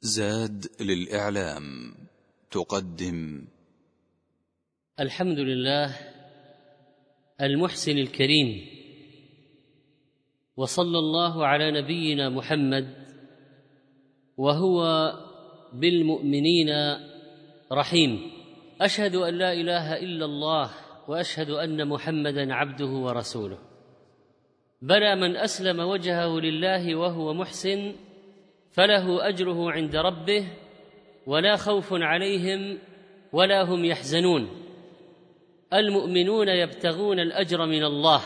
زاد للإعلام تقدم الحمد لله المحسن الكريم، وصلى الله على نبينا محمد وهو بالمؤمنين رحيم. أشهد أن لا إله إلا الله وأشهد أن محمدًا عبده ورسوله. بلى من أسلم وجهه لله وهو محسن فله أجره عند ربه ولا خوف عليهم ولا هم يحزنون. المؤمنون يبتغون الأجر من الله،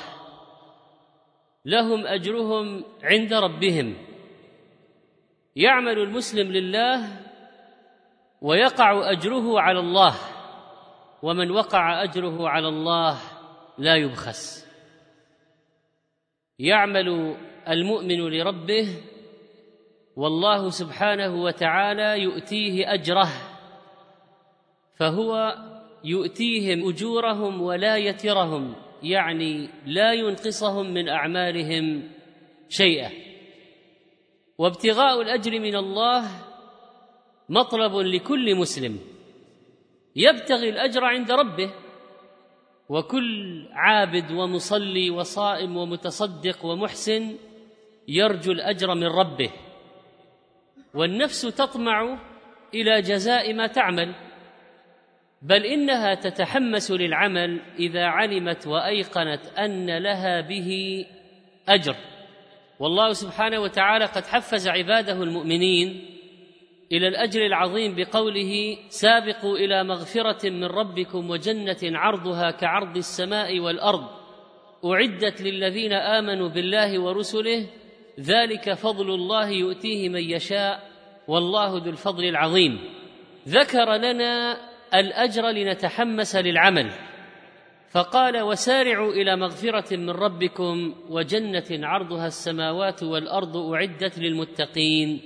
لهم أجرهم عند ربهم. يعمل المسلم لله ويقع أجره على الله، ومن وقع أجره على الله لا يبخس. يعمل المؤمن لربه والله سبحانه وتعالى يؤتيه أجره، فهو يؤتيهم أجورهم ولا يترهم، يعني لا ينقصهم من أعمالهم شيئا. وابتغاء الأجر من الله مطلب لكل مسلم يبتغي الأجر عند ربه، وكل عابد ومصلي وصائم ومتصدق ومحسن يرجو الأجر من ربه، والنفس تطمع إلى جزاء ما تعمل، بل إنها تتحمس للعمل إذا علمت وأيقنت أن لها به أجر. والله سبحانه وتعالى قد حفز عباده المؤمنين إلى الأجر العظيم بقوله: سابقوا إلى مغفرة من ربكم وجنة عرضها كعرض السماء والأرض أعدت للذين آمنوا بالله ورسله ذلك فضل الله يؤتيه من يشاء والله ذو الفضل العظيم. ذكر لنا الأجر لنتحمس للعمل، فقال: وسارعوا إلى مغفرة من ربكم وجنة عرضها السماوات والأرض أعدت للمتقين.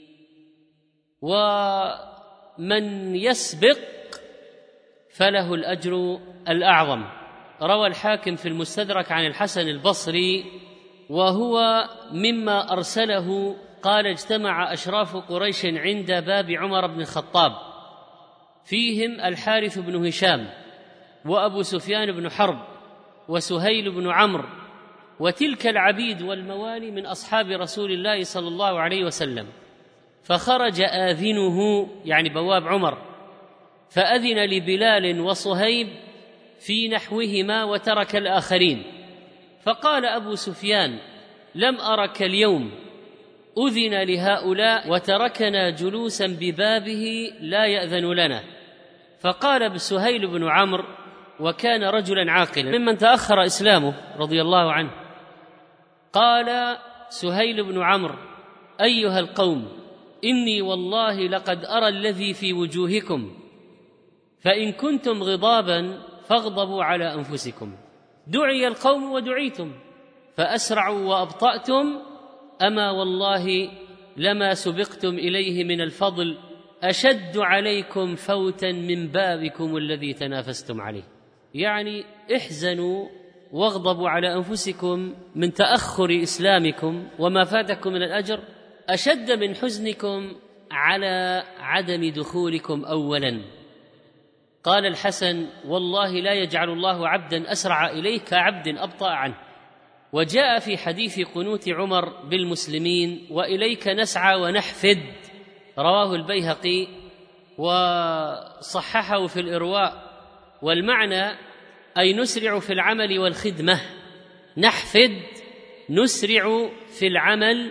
ومن يسبق فله الأجر الأعظم. روى الحاكم في المستدرك عن الحسن البصري وهو مما أرسله قال: اجتمع أشراف قريش عند باب عمر بن الخطاب، فيهم الحارث بن هشام وأبو سفيان بن حرب وسهيل بن عمرو، وتلك العبيد والموالي من أصحاب رسول الله صلى الله عليه وسلم. فخرج آذنه، يعني بواب عمر، فأذن لبلال وصهيب في نحوهما وترك الآخرين. فقال أبو سفيان: لم أرك اليوم أذن لهؤلاء وتركنا جلوسا ببابه لا يأذن لنا. فقال سهيل بن عمرو، وكان رجلا عاقلا ممن تأخر إسلامه رضي الله عنه، قال سهيل بن عمرو: أيها القوم، إني والله لقد أرى الذي في وجوهكم، فإن كنتم غضابا فاغضبوا على أنفسكم. دعي القوم ودعيتم فأسرعوا وأبطأتم، أما والله لما سبقتم إليه من الفضل أشد عليكم فوتا من بابكم الذي تنافستم عليه. يعني احزنوا واغضبوا على أنفسكم من تأخر إسلامكم وما فاتكم من الأجر أشد من حزنكم على عدم دخولكم أولا. قال الحسن: والله لا يجعل الله عبدا أسرع إليه كعبد أبطأ عنه. وجاء في حديث قنوت عمر بالمسلمين: وإليك نسعى ونحفد، رواه البيهقي وصححه في الإرواء. والمعنى أي نسرع في العمل والخدمة. نحفد نسرع في العمل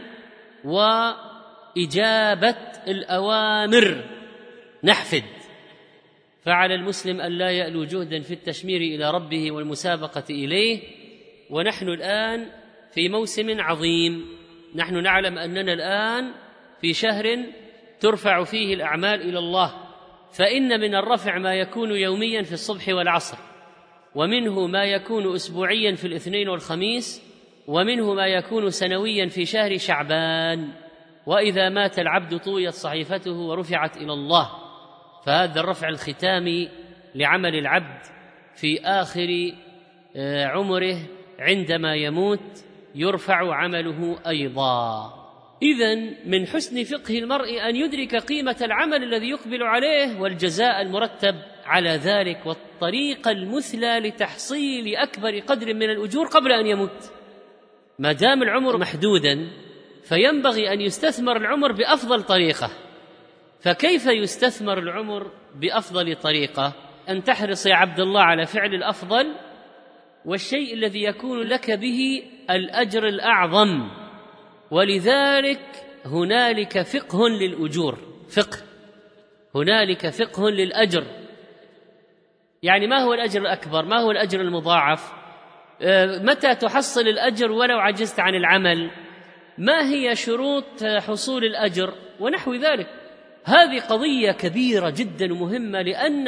وإجابة الأوامر، نحفد. فعلى المسلم أن لا يألو جهدا في التشمير إلى ربه والمسابقة إليه. ونحن الآن في موسم عظيم، نحن نعلم أننا الآن في شهر ترفع فيه الأعمال إلى الله، فإن من الرفع ما يكون يوميا في الصبح والعصر، ومنه ما يكون أسبوعيا في الاثنين والخميس، ومنه ما يكون سنويا في شهر شعبان. وإذا مات العبد طويت صحيفته ورفعت إلى الله. فهذا الرفع الختامي لعمل العبد في آخر عمره عندما يموت يرفع عمله أيضا إذن من حسن فقه المرء أن يدرك قيمة العمل الذي يقبل عليه والجزاء المرتب على ذلك والطريقة المثلى لتحصيل أكبر قدر من الأجور قبل أن يموت. ما دام العمر محدودا فينبغي أن يستثمر العمر بأفضل طريقة. فكيف يستثمر العمر بأفضل طريقة؟ أن تحرص يا عبد الله على فعل الأفضل والشيء الذي يكون لك به الأجر الأعظم. ولذلك هنالك فقه للأجور، هنالك فقه للأجر. يعني ما هو الأجر الأكبر؟ ما هو الأجر المضاعف؟ متى تحصل الأجر ولو عجزت عن العمل؟ ما هي شروط حصول الأجر؟ ونحو ذلك. هذه قضية كبيرة جدا ومهمة،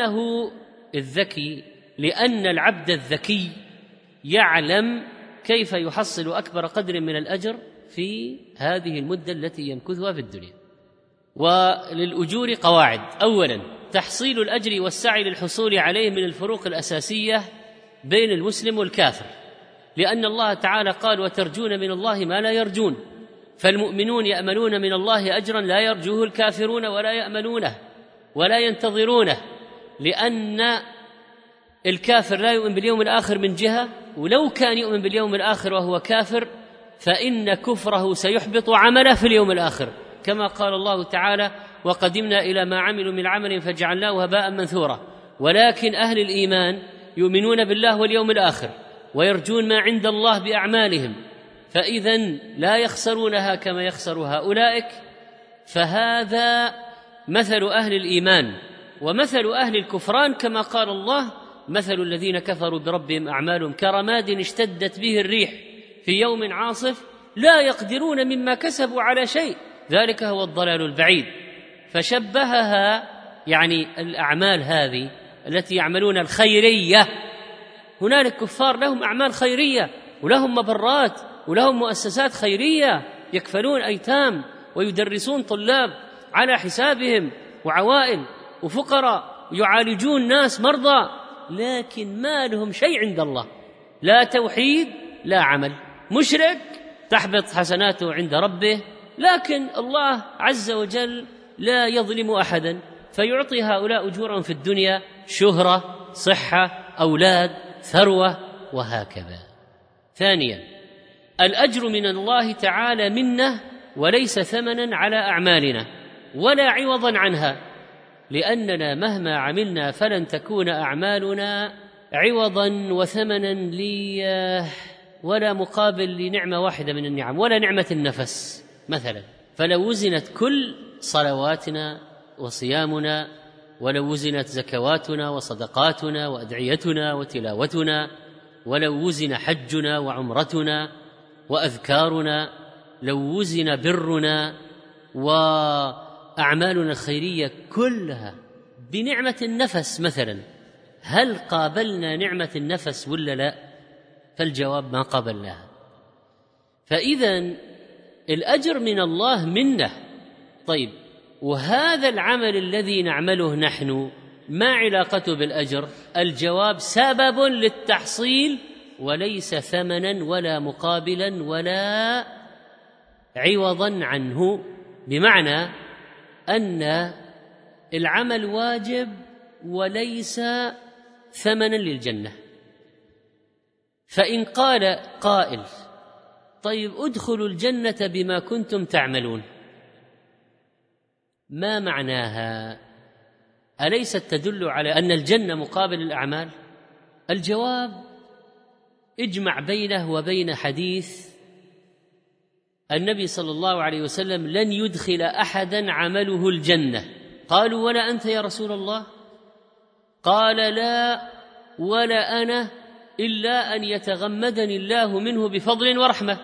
لأن العبد الذكي يعلم كيف يحصل أكبر قدر من الأجر في هذه المدة التي يمكثها في الدنيا. وللأجور قواعد. أولا، تحصيل الأجر والسعي للحصول عليه من الفروق الأساسية بين المسلم والكافر، لأن الله تعالى قال: وترجون من الله ما لا يرجون. فالمؤمنون يأملون من الله أجرا لا يرجوه الكافرون ولا يأملونه ولا ينتظرونه، لأن الكافر لا يؤمن باليوم الآخر من جهة، ولو كان يؤمن باليوم الآخر وهو كافر فإن كفره سيحبط عمله في اليوم الآخر، كما قال الله تعالى: وقدمنا إلى ما عملوا من عمل فجعلناه هباء منثورا. ولكن أهل الإيمان يؤمنون بالله واليوم الآخر ويرجون ما عند الله بأعمالهم، فإذن لا يخسرونها كما يخسر أولئك. فهذا مثل أهل الإيمان. ومثل أهل الكفران كما قال الله: مثل الذين كفروا بربهم أعمالهم كرماد اشتدت به الريح في يوم عاصف لا يقدرون مما كسبوا على شيء ذلك هو الضلال البعيد. فشبهها، يعني الأعمال هذه التي يعملون الخيرية، هنالك كفار لهم أعمال خيرية ولهم مبرات ولهم مؤسسات خيرية يكفلون أيتام ويدرسون طلاب على حسابهم وعوائل وفقراء، يعالجون ناس مرضى، لكن ما لهم شيء عند الله، لا توحيد لا عمل، مشرك تحبط حسناته عند ربه، لكن الله عز وجل لا يظلم أحدا فيعطي هؤلاء أجورهم في الدنيا، شهرة، صحة، أولاد، ثروة، وهكذا. ثانيا، الأجر من الله تعالى منه وليس ثمنا على أعمالنا ولا عوضا عنها، لأننا مهما عملنا فلن تكون أعمالنا عوضا وثمنا ولا مقابل لنعمة واحدة من النعم، ولا نعمة النفس مثلا. فلو وزنت كل صلواتنا وصيامنا، ولو وزنت زكواتنا وصدقاتنا وأدعيتنا وتلاوتنا، ولو وزن حجنا وعمرتنا وأذكارنا، لو وزن برنا وأعمالنا الخيرية كلها بنعمة النفس مثلا، هل قابلنا نعمة النفس ولا لا؟ فالجواب ما قابلناها. فإذن الأجر من الله منه. طيب، وهذا العمل الذي نعمله نحن ما علاقته بالأجر؟ الجواب: سبب للتحصيل وليس ثمنا ولا مقابلا ولا عوضا عنه، بمعنى أن العمل واجب وليس ثمنا للجنة. فإن قال قائل: طيب ادخلوا الجنة بما كنتم تعملون، ما معناها؟ أليست تدل على أن الجنة مقابل الأعمال؟ الجواب: اجمع بينه وبين حديث النبي صلى الله عليه وسلم: لن يدخل أحدا عمله الجنة. قالوا: ولا أنت يا رسول الله؟ قال: لا ولا أنا، إلا أن يتغمدني الله منه بفضل ورحمة.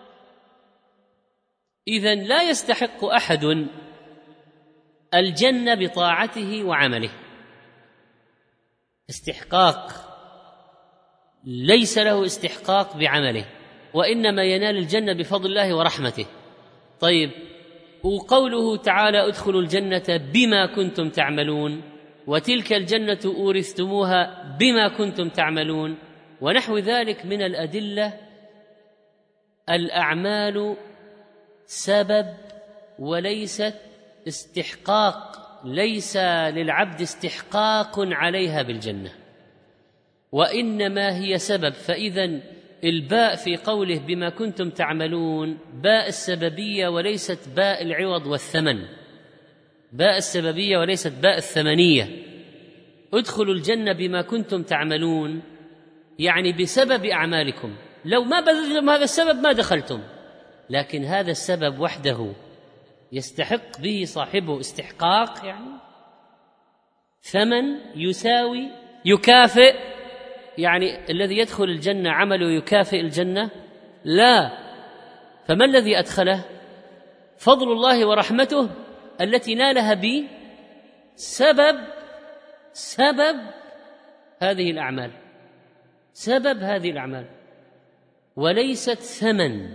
إذن لا يستحق أحد الجنة بطاعته وعمله استحقاق، ليس له استحقاق بعمله، وإنما ينال الجنة بفضل الله ورحمته. طيب، وقوله تعالى: ادخلوا الجنة بما كنتم تعملون، وتلك الجنة أورثتموها بما كنتم تعملون، ونحو ذلك من الأدلة. الأعمال سبب وليست استحقاق، ليس للعبد استحقاق عليها بالجنة، وإنما هي سبب. فإذن الباء في قوله بما كنتم تعملون باء السببية وليست باء العوض والثمن، باء السببية وليست باء الثمنية. ادخلوا الجنة بما كنتم تعملون، يعني بسبب أعمالكم، لو ما بذلتم هذا السبب ما دخلتم، لكن هذا السبب وحده يستحق به صاحبه استحقاق، يعني ثمن يساوي يكافئ، يعني الذي يدخل الجنة عمله يكافئ الجنة؟ لا. فما الذي أدخله؟ فضل الله ورحمته التي نالها سبب هذه الأعمال، سبب هذه الأعمال وليست ثمن.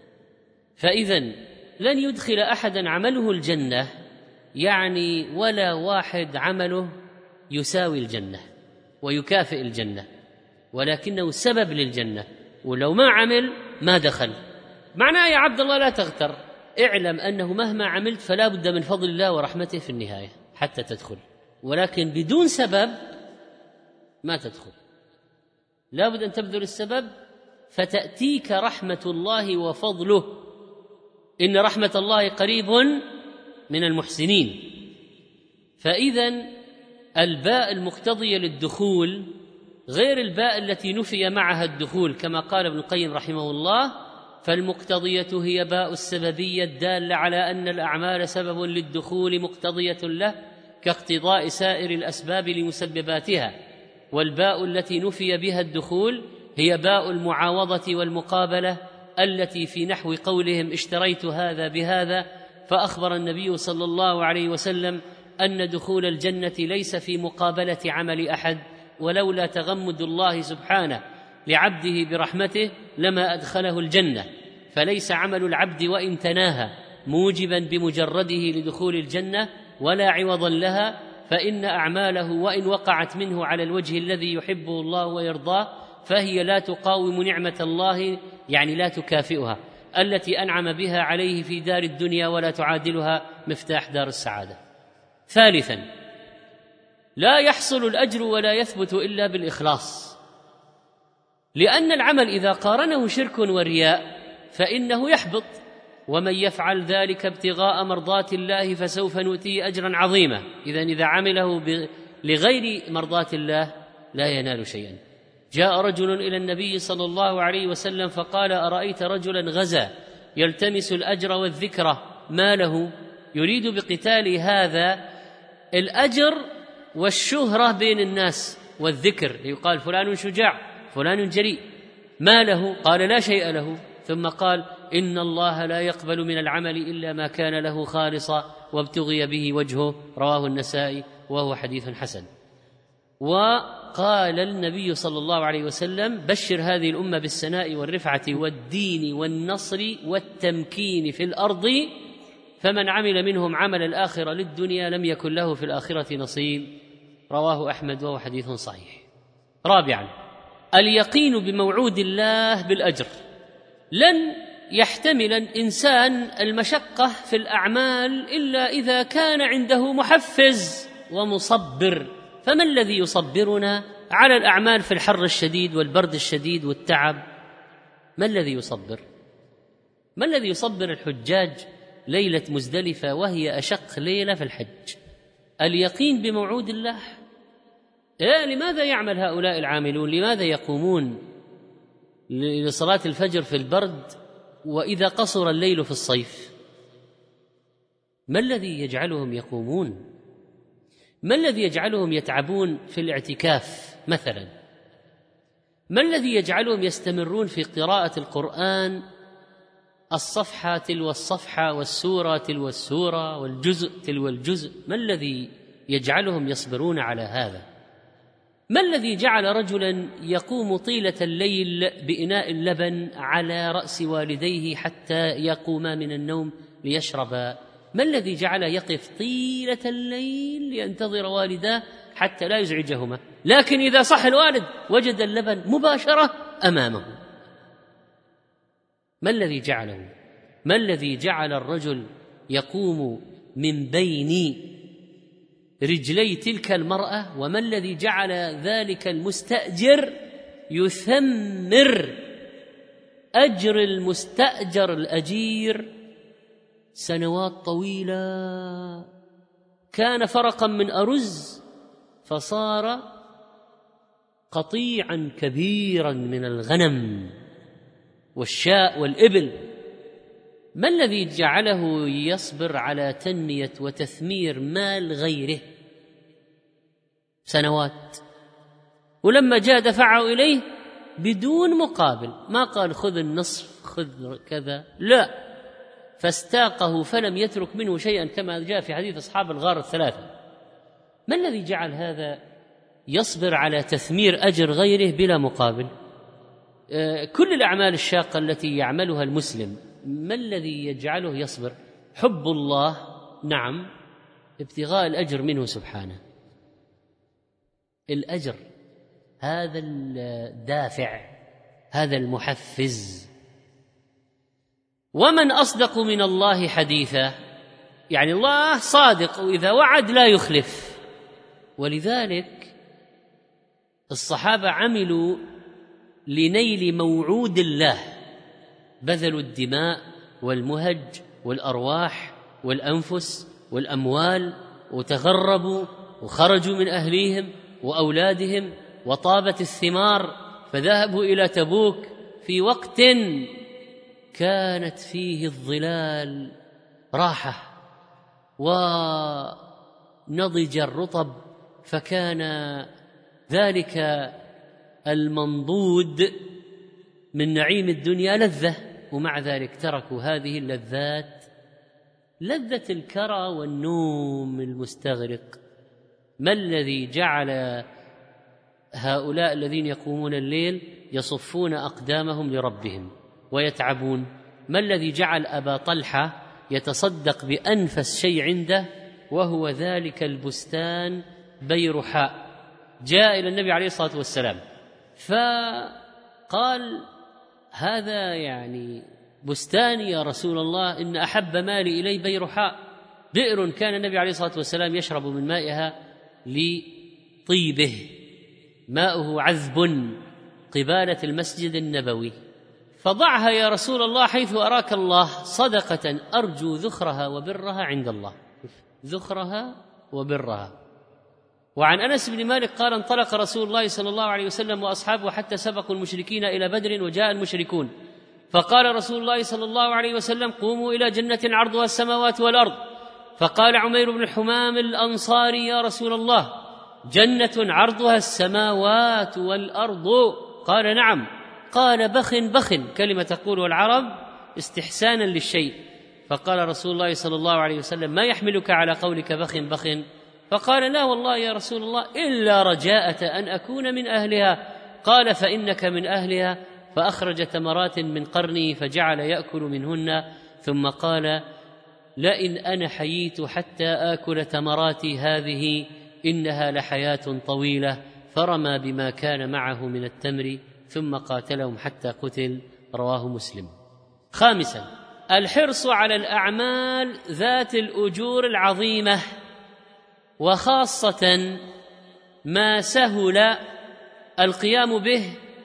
فإذن لن يدخل أحدا عمله الجنة، يعني ولا واحد عمله يساوي الجنة ويكافئ الجنة، ولكنه سبب للجنة، ولو ما عمل ما دخل. معناه يا عبد الله لا تغتر، اعلم أنه مهما عملت فلا بد من فضل الله ورحمته في النهاية حتى تدخل، ولكن بدون سبب ما تدخل، لا بد أن تبذل السبب فتأتيك رحمة الله وفضله. إن رحمة الله قريب من المحسنين. فإذن الباء المقتضية للدخول غير الباء التي نفي معها الدخول، كما قال ابن القيم رحمه الله: فالمقتضية هي باء السببية الدالة على أن الأعمال سبب للدخول مقتضية له كاقتضاء سائر الأسباب لمسبباتها. والباء التي نفي بها الدخول هي باء المعاوضة والمقابلة التي في نحو قولهم اشتريت هذا بهذا، فأخبر النبي صلى الله عليه وسلم أن دخول الجنة ليس في مقابلة عمل أحد، ولولا تغمد الله سبحانه لعبده برحمته لما أدخله الجنة. فليس عمل العبد وإن تناهى موجبا بمجرده لدخول الجنة ولا عوضا لها، فإن أعماله وإن وقعت منه على الوجه الذي يحبه الله ويرضاه فهي لا تقاوم نعمة الله، يعني لا تكافئها التي أنعم بها عليه في دار الدنيا، ولا تعادلها مفتاح دار السعادة. ثالثا، لا يحصل الأجر ولا يثبت إلا بالإخلاص، لأن العمل إذا قارنه شرك ورياء فإنه يحبط، ومن يفعل ذلك ابتغاء مرضات الله فسوف نؤتيه أجرا عظيما. إذا عمله لغير مرضات الله لا ينال شيئا. جاء رجل إلى النبي صلى الله عليه وسلم فقال: أرأيت رجلا غزا يلتمس الأجر والذكر، ما له؟ يريد بقتال هذا الأجر والشهرة بين الناس والذكر، يقال فلان شجاع فلان جريء، ما له؟ قال: لا شيء له. ثم قال: إن الله لا يقبل من العمل إلا ما كان له خالصا وابتغي به وجهه، رواه النسائي وهو حديث حسن. وقال النبي صلى الله عليه وسلم: بشر هذه الأمة بالسناء والرفعة والدين والنصر والتمكين في الأرض، فمن عمل منهم عمل الآخرة للدنيا لم يكن له في الآخرة نصيب، رواه أحمد وهو حديث صحيح. رابعا، اليقين بموعود الله بالأجر. لن يحتمل الإنسان المشقة في الأعمال إلا إذا كان عنده محفز ومصبر. فما الذي يصبرنا على الأعمال في الحر الشديد والبرد الشديد والتعب؟ ما الذي يصبر؟ ما الذي يصبر الحجاج ليلة مزدلفة وهي أشق ليلة في الحج؟ اليقين بموعود الله. لماذا يعمل هؤلاء العاملون؟ لماذا يقومون لصلاة الفجر في البرد وإذا قصر الليل في الصيف؟ ما الذي يجعلهم يقومون؟ ما الذي يجعلهم يتعبون في الاعتكاف مثلا؟ ما الذي يجعلهم يستمرون في قراءة القرآن الصفحة تلو الصفحة والسورة تلو السورة والجزء تلو الجزء؟ ما الذي يجعلهم يصبرون على هذا؟ ما الذي جعل رجلا يقوم طيلة الليل بإناء اللبن على رأس والديه حتى يقوما من النوم ليشربا؟ ما الذي جعل يقف طيلة الليل لينتظر والداه حتى لا يزعجهما، لكن إذا صح الوالد وجد اللبن مباشرة أمامه؟ ما الذي جعله؟ ما الذي جعل الرجل يقوم من بين رجلي تلك المرأة؟ وما الذي جعل ذلك المستأجر يثمر أجر المستأجر الأجير سنوات طويلة؟ كان فرقا من أرز فصار قطيعا كبيرا من الغنم والشاء والإبل. ما الذي جعله يصبر على تنمية وتثمير مال غيره سنوات؟ ولما جاء دفعه إليه بدون مقابل، ما قال خذ النصف خذ كذا، لا، فاستاقه فلم يترك منه شيئا كما جاء في حديث أصحاب الغار الثلاثة. ما الذي جعل هذا يصبر على تثمير أجر غيره بلا مقابل؟ كل الأعمال الشاقة التي يعملها المسلم ما الذي يجعله يصبر؟ حب الله، نعم، ابتغاء الأجر منه سبحانه، الأجر هذا الدافع، هذا المحفز. ومن أصدق من الله حديثا، يعني الله صادق وإذا وعد لا يخلف. ولذلك الصحابة عملوا لنيل موعود الله، بذلوا الدماء والمهج والأرواح والأنفس والأموال، وتغربوا وخرجوا من أهليهم وأولادهم، وطابت الثمار، فذهبوا إلى تبوك في وقت كانت فيه الظلال راحة ونضج الرطب، فكان ذلك المنضود من نعيم الدنيا لذة، ومع ذلك تركوا هذه اللذات، لذة الكرى والنوم المستغرق. ما الذي جعل هؤلاء الذين يقومون الليل يصفون أقدامهم لربهم ويتعبون؟ ما الذي جعل أبا طلحة يتصدق بأنفس شيء عنده وهو ذلك البستان بيرحاء؟ جاء إلى النبي عليه الصلاة والسلام فقال هذا يعني بستاني يا رسول الله، إن أحب مالي إلي بيرحاء، بئر كان النبي عليه الصلاة والسلام يشرب من مائها لطيبه، ماؤه عذب قبالة المسجد النبوي، فضعها يا رسول الله حيث أراك الله، صدقة أرجو ذخرها وبرها عند الله، ذخرها وبرها. وعن أنس بن مالك قال انطلق رسول الله صلى الله عليه وسلم وأصحابه حتى سبقوا المشركين إلى بدر، وجاء المشركون فقال رسول الله صلى الله عليه وسلم قوموا إلى جنة عرضها السماوات والأرض. فقال عمير بن الحمام الأنصاري يا رسول الله جنة عرضها السماوات والأرض؟ قال نعم. قال بخ بخ، كلمة تقول العرب استحسانا للشيء. فقال رسول الله صلى الله عليه وسلم ما يحملك على قولك بخ بخ؟ فقال لا والله يا رسول الله إلا رجاءة أن أكون من أهلها. قال فإنك من أهلها. فأخرج تمرات من قرنه فجعل يأكل منهن، ثم قال لئن أنا حييت حتى آكل تمراتي هذه إنها لحياة طويلة، فرمى بما كان معه من التمر ثم قاتلهم حتى قتل، رواه مسلم. خامسا الحرص على الأعمال ذات الأجور العظيمة، وخاصة ما سهل القيام به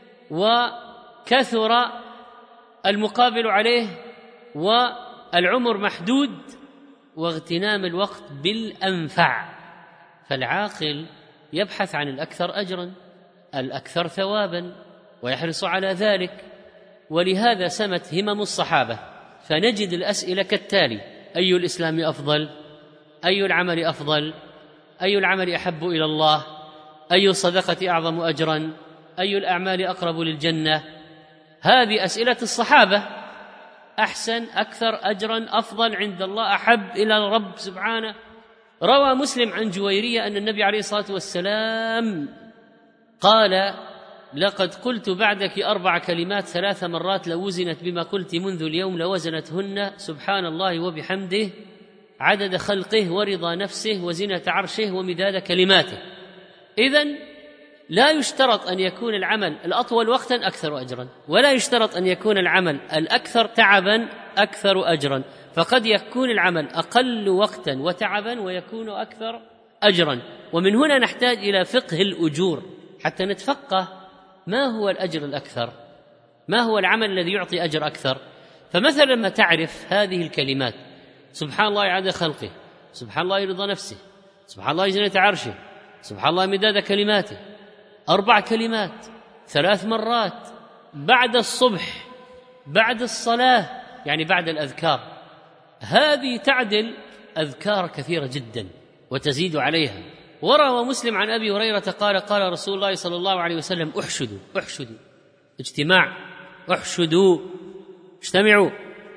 وكثر المقابل عليه والعمر محدود، واغتنام الوقت بالأنفع. فالعاقل يبحث عن الأكثر أجرا، الأكثر ثوابا، ويحرص على ذلك. ولهذا سمت همم الصحابة، فنجد الأسئلة كالتالي: أي الإسلام أفضل؟ أي العمل أفضل؟ أي العمل أحب إلى الله؟ أي الصدقة أعظم أجرا؟ أي الأعمال أقرب للجنة؟ هذه أسئلة الصحابة. أحسن، أكثر أجرا، أفضل عند الله، أحب إلى الرب سبحانه. روى مسلم عن جويرية أن النبي عليه الصلاة والسلام قال لقد قلت بعدك 4 كلمات 3 مرات لو وزنت بما قلت منذ اليوم لوزنتهن، سبحان الله وبحمده عدد خلقه ورضا نفسه وزنة عرشه ومداد كلماته. إذن لا يشترط أن يكون العمل الأطول وقتا أكثر أجرا، ولا يشترط أن يكون العمل الأكثر تعبا أكثر أجرا، فقد يكون العمل أقل وقتا وتعبا ويكون أكثر أجرا. ومن هنا نحتاج إلى فقه الأجور حتى نتفقه ما هو الأجر الأكثر، ما هو العمل الذي يعطي أجر أكثر. فمثلا لما تعرف هذه الكلمات: سبحان الله عدد خلقه، سبحان الله رضا نفسه، سبحان الله زينة عرشه، سبحان الله مداد كلماته، 4 كلمات 3 مرات بعد الصبح، بعد الصلاة، يعني بعد الأذكار، هذه تعدل أذكار كثيرة جدا وتزيد عليها. وروى مسلم عن أبي هريرة قال: قال رسول الله صلى الله عليه وسلم: احشدوا اجتماع، احشدوا اجتمعوا،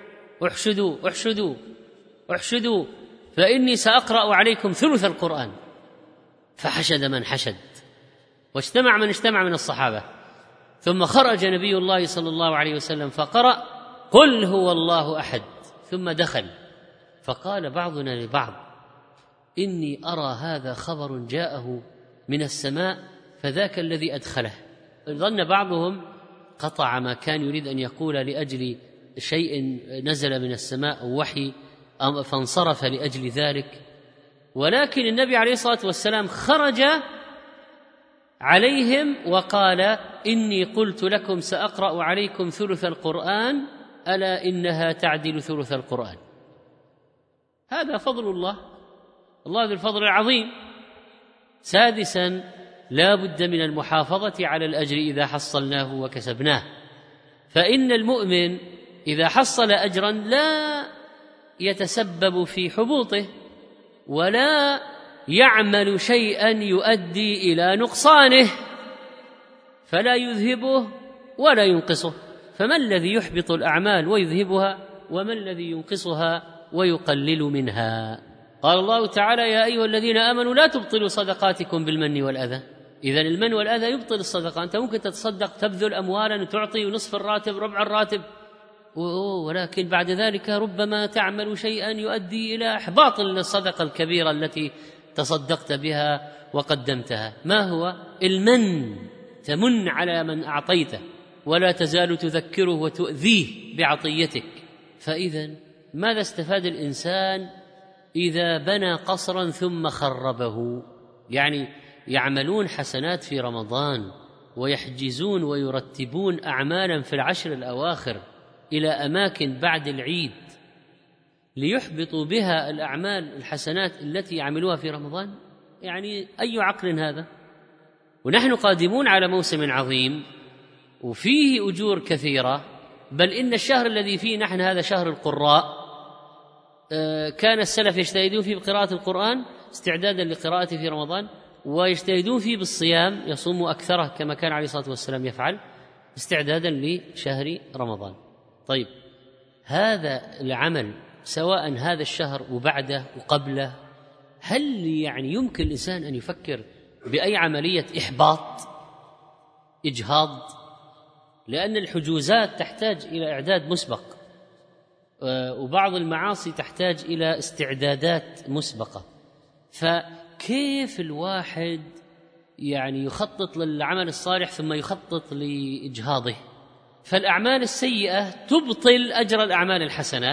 احشدوا فإني سأقرأ عليكم ثلث القرآن. فحشد من حشد واجتمع من اجتمع من الصحابة. ثم خرج نبي الله صلى الله عليه وسلم فقرأ: قل هو الله أحد، ثم دخل. فقال بعضنا لبعض: إني أرى هذا خبر جاءه من السماء فذاك الذي أدخله. ظن بعضهم قطع ما كان يريد أن يقول لأجل شيء نزل من السماء أو وحي فانصرف لأجل ذلك، ولكن النبي عليه الصلاة والسلام خرج عليهم وقال: إني قلت لكم سأقرأ عليكم ثلث القرآن، ألا إنها تعدل ثلث القرآن. هذا فضل الله ذو الفضل العظيم. سادسا: لا بد من المحافظة على الأجر إذا حصلناه وكسبناه، فإن المؤمن إذا حصل أجرا لا يتسبب في حبوطه ولا يعمل شيئا يؤدي إلى نقصانه، فلا يذهبه ولا ينقصه. فما الذي يحبط الأعمال ويذهبها، وما الذي ينقصها ويقلل منها؟ قال الله تعالى: يا أيها الذين آمنوا لا تبطلوا صدقاتكم بالمن والأذى. إذن المن والأذى يبطل الصدقة. أنت ممكن تتصدق، تبذل أموالا وتعطي نصف الراتب، ربع الراتب، ولكن بعد ذلك ربما تعمل شيئا يؤدي إلى إحباط الصدقة الكبيرة التي تصدقت بها وقدمتها. ما هو المن؟ تمن على من أعطيته ولا تزال تذكره وتؤذيه بعطيتك. فإذا ماذا استفاد الإنسان إذا بنى قصرا ثم خربه؟ يعني يعملون حسنات في رمضان ويحجزون ويرتبون أعمالا في العشر الأواخر إلى أماكن بعد العيد ليحبطوا بها الأعمال الحسنات التي يعملوها في رمضان. يعني أي عقل هذا؟ ونحن قادمون على موسم عظيم وفيه أجور كثيرة، بل إن الشهر الذي فيه نحن هذا شهر القراء، كان السلف يجتهدون فيه بقراءة القرآن استعدادا لقراءته في رمضان، ويجتهدون فيه بالصيام، يصوموا أكثره كما كان عليه الصلاة والسلام يفعل استعدادا لشهر رمضان. طيب، هذا العمل سواء هذا الشهر وبعده وقبله، هل يعني يمكن الإنسان أن يفكر بأي عملية إحباط إجهاض؟ لأن الحجوزات تحتاج إلى إعداد مسبق، وبعض المعاصي تحتاج إلى استعدادات مسبقة. فكيف الواحد يعني يخطط للعمل الصالح ثم يخطط لإجهاضه؟ فالأعمال السيئة تبطل أجر الأعمال الحسنة،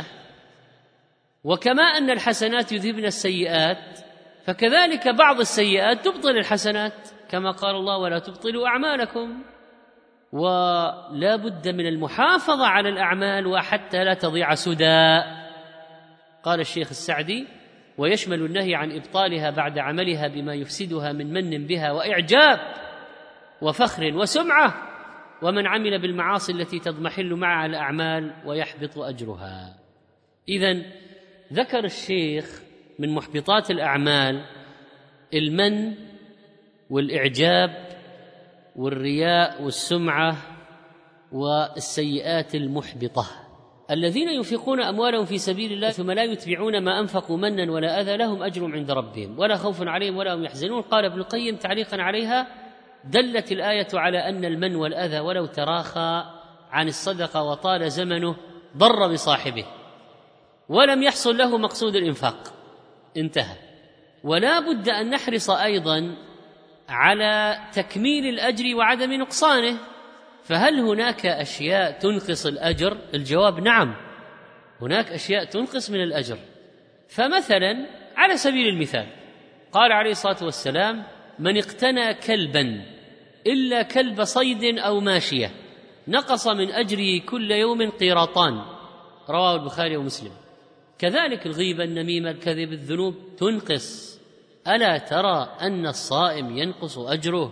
وكما أن الحسنات يذهبن السيئات فكذلك بعض السيئات تبطل الحسنات، كما قال الله: ولا تبطلوا أعمالكم. ولا بد من المحافظة على الأعمال وحتى لا تضيع سدى. قال الشيخ السعدي: ويشمل النهي عن إبطالها بعد عملها بما يفسدها من بها وإعجاب وفخر وسمعة، ومن عمل بالمعاصي التي تضمحل معها الأعمال ويحبط أجرها. إذن ذكر الشيخ من محبطات الأعمال المن والإعجاب والرياء والسمعة والسيئات المحبطة. الذين ينفقون أموالهم في سبيل الله ثم لا يتبعون ما أنفقوا منا ولا أذى لهم أجر عند ربهم ولا خوف عليهم ولا هم يحزنون. قال ابن القيم تعليقا عليها: دلت الآية على أن المن والأذى ولو تراخى عن الصدقة وطال زمنه ضر بصاحبه ولم يحصل له مقصود الإنفاق. انتهى. ولا بد أن نحرص أيضا على تكميل الأجر وعدم نقصانه. فهل هناك أشياء تنقص الأجر؟ الجواب نعم، هناك أشياء تنقص من الأجر. فمثلا على سبيل المثال قال عليه الصلاة والسلام: من اقتنى كلبا إلا كلب صيد أو ماشية نقص من أجره كل يوم قيراطان، رواه البخاري ومسلم. كذلك الغيبة، النميمة، الكذب، الذنوب تنقص. ألا ترى أن الصائم ينقص أجره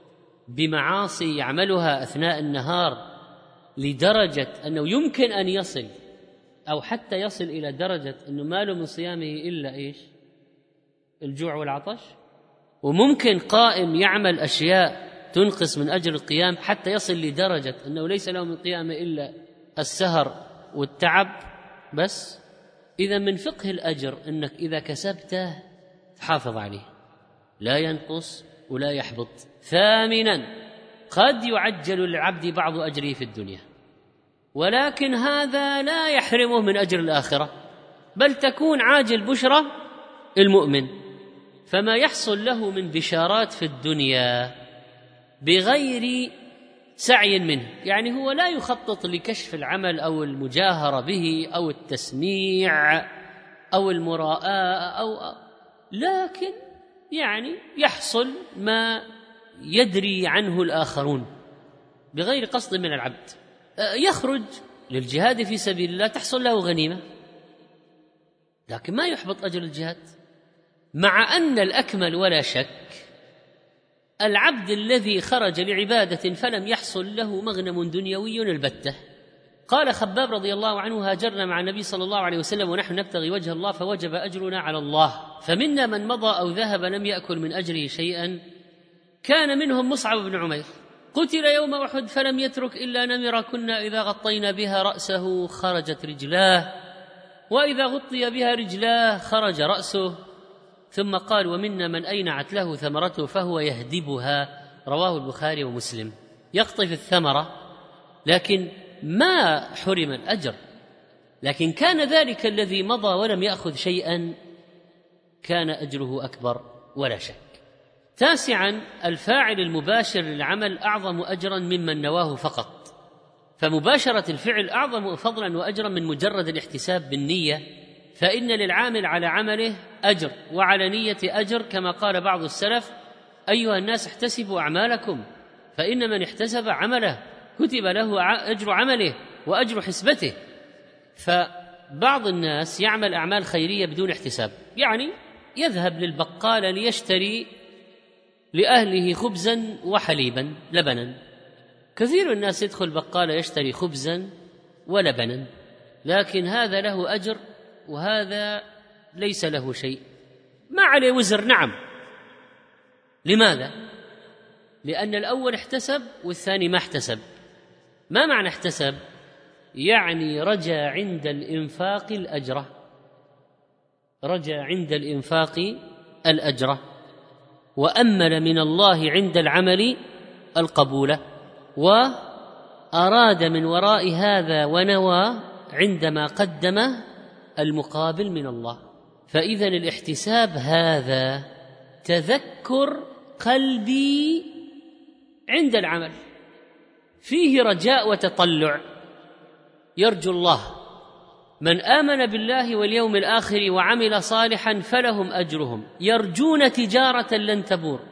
بمعاصي يعملها أثناء النهار لدرجة أنه يمكن أن يصل أو حتى يصل إلى درجة أنه ما له من صيامه إلا إيش؟ الجوع والعطش. وممكن قائم يعمل أشياء تنقص من أجر القيام حتى يصل لدرجة أنه ليس له من قيامه إلا السهر والتعب بس. إذا من فقه الأجر أنك إذا كسبته تحافظ عليه، لا ينقص ولا يحبط. ثامنا، قد يعجل للعبد بعض أجره في الدنيا، ولكن هذا لا يحرمه من أجر الآخرة، بل تكون عاجل بشرى المؤمن. فما يحصل له من بشارات في الدنيا بغير سعي منه، يعني هو لا يخطط لكشف العمل أو المجاهرة به أو التسميع أو المراءة لكن يعني يحصل ما يدري عنه الآخرون بغير قصد من العبد. يخرج للجهاد في سبيل الله تحصل له غنيمة، لكن ما يحبط أجر الجهاد. مع أن الأكمل ولا شك العبد الذي خرج لعبادة فلم يحصل له مغنم دنيوي البتة. قال خباب رضي الله عنه: هاجرنا مع النبي صلى الله عليه وسلم ونحن نبتغي وجه الله فوجب أجرنا على الله، فمنا من مضى أو ذهب لم يأكل من أجره شيئا، كان منهم مصعب بن عمير، قتل يوم أحد فلم يترك إلا نمرة كنا إذا غطينا بها رأسه خرجت رجلاه، وإذا غطي بها رجلاه خرج رأسه. ثم قال: ومنا من أينعت له ثمرته فهو يهدبها، رواه البخاري ومسلم. يقطف الثمرة لكن ما حرم الأجر، لكن كان ذلك الذي مضى ولم يأخذ شيئا كان أجره أكبر ولا شك. تاسعا، الفاعل المباشر للعمل أعظم أجرا ممن نواه فقط، فمباشرة الفعل أعظم فضلا وأجرا من مجرد الاحتساب بالنية، فإن للعامل على عمله أجر وعلى نية أجر، كما قال بعض السلف: أيها الناس احتسبوا أعمالكم فإن من احتسب عمله كتب له أجر عمله وأجر حسبته. فبعض الناس يعمل أعمال خيرية بدون احتساب، يعني يذهب للبقال ليشتري لأهله خبزا وحليبا لبنا. كثير الناس يدخل بقالة يشتري خبزا ولبنا، لكن هذا له أجر وهذا ليس له شيء، ما عليه وزر. نعم، لماذا؟ لأن الأول احتسب والثاني ما احتسب. ما معنى احتسب؟ يعني رجى عند الإنفاق الأجرة، رجى عند الإنفاق الأجرة، وأمل من الله عند العمل القبول، وأراد من وراء هذا ونوى عندما قدم المقابل من الله. فإذا الاحتساب هذا تذكر قلبي عند العمل، فيه رجاء وتطلع، يرجو الله. من آمن بالله واليوم الآخر وعمل صالحا فلهم أجرهم، يرجون تجارة لن تبور،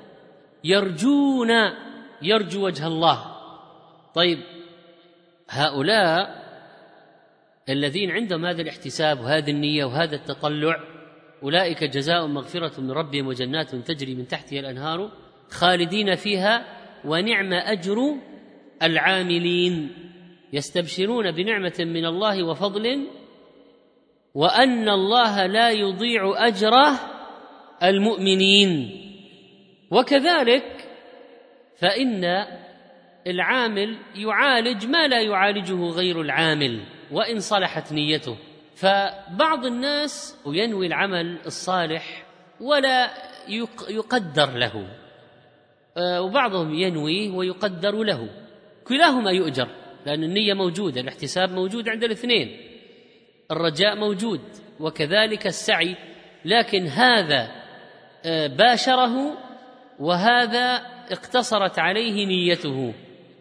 يرجو وجه الله. طيب، هؤلاء الذين عندهم هذا الاحتساب وهذه النية وهذا التطلع أولئك جزاء مغفرة من ربهم وجنات تجري من تحتها الأنهار خالدين فيها ونعم أجر العاملين، يستبشرون بنعمة من الله وفضل وأن الله لا يضيع أجر المؤمنين. وكذلك فإن العامل يعالج ما لا يعالجه غير العامل وإن صلحت نيته. فبعض الناس ينوي العمل الصالح ولا يقدر له، وبعضهم ينوي ويقدر له، كلاهما يؤجر، لأن النية موجودة، الاحتساب موجود عند الاثنين، الرجاء موجود، وكذلك السعي. لكن هذا باشره وهذا اقتصرت عليه نيته.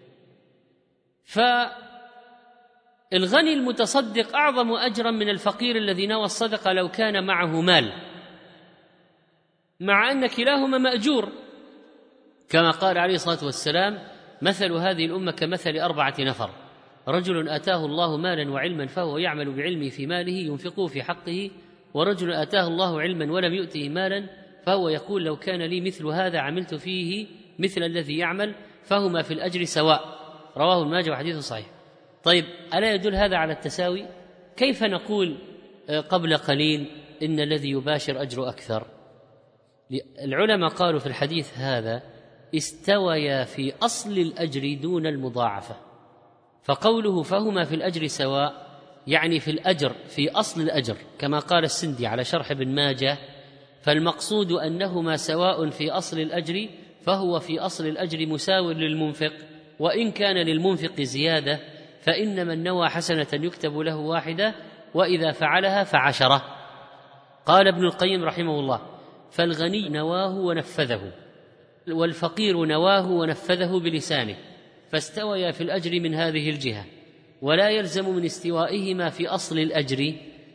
فالغني المتصدق أعظم أجرا من الفقير الذي نوى الصدقة لو كان معه مال، مع أن كلاهما مأجور، كما قال عليه الصلاة والسلام: مثل هذه الأمة كمثل 4 نفر، رجل آتاه الله مالا وعلما فهو يعمل بعلمه في ماله ينفقه في حقه، ورجل آتاه الله علما ولم يؤته مالا فهو يقول: لو كان لي مثل هذا عملت فيه مثل الذي يعمل، فهما في الأجر سواء. رواه ابن ماجه وحديث صحيح. طيب، ألا يدل هذا على التساوي؟ كيف نقول قبل قليل إن الذي يباشر أجر أكثر؟ العلماء قالوا في الحديث هذا: استويا في أصل الأجر دون المضاعفة. فقوله فهما في الأجر سواء يعني في الأجر، في أصل الأجر، كما قال السندي على شرح ابن ماجه: فالمقصود أنهما سواء في أصل الأجر، فهو في أصل الأجر مساو للمنفق، وإن كان للمنفق زيادة، فإن من نوى حسنة يكتب له 1، وإذا فعلها ف10. قال ابن القيم رحمه الله: فالغني نواه ونفذه، والفقير نواه ونفذه بلسانه، فاستويا في الأجر من هذه الجهة. ولا يلزم من استوائهما في أصل الأجر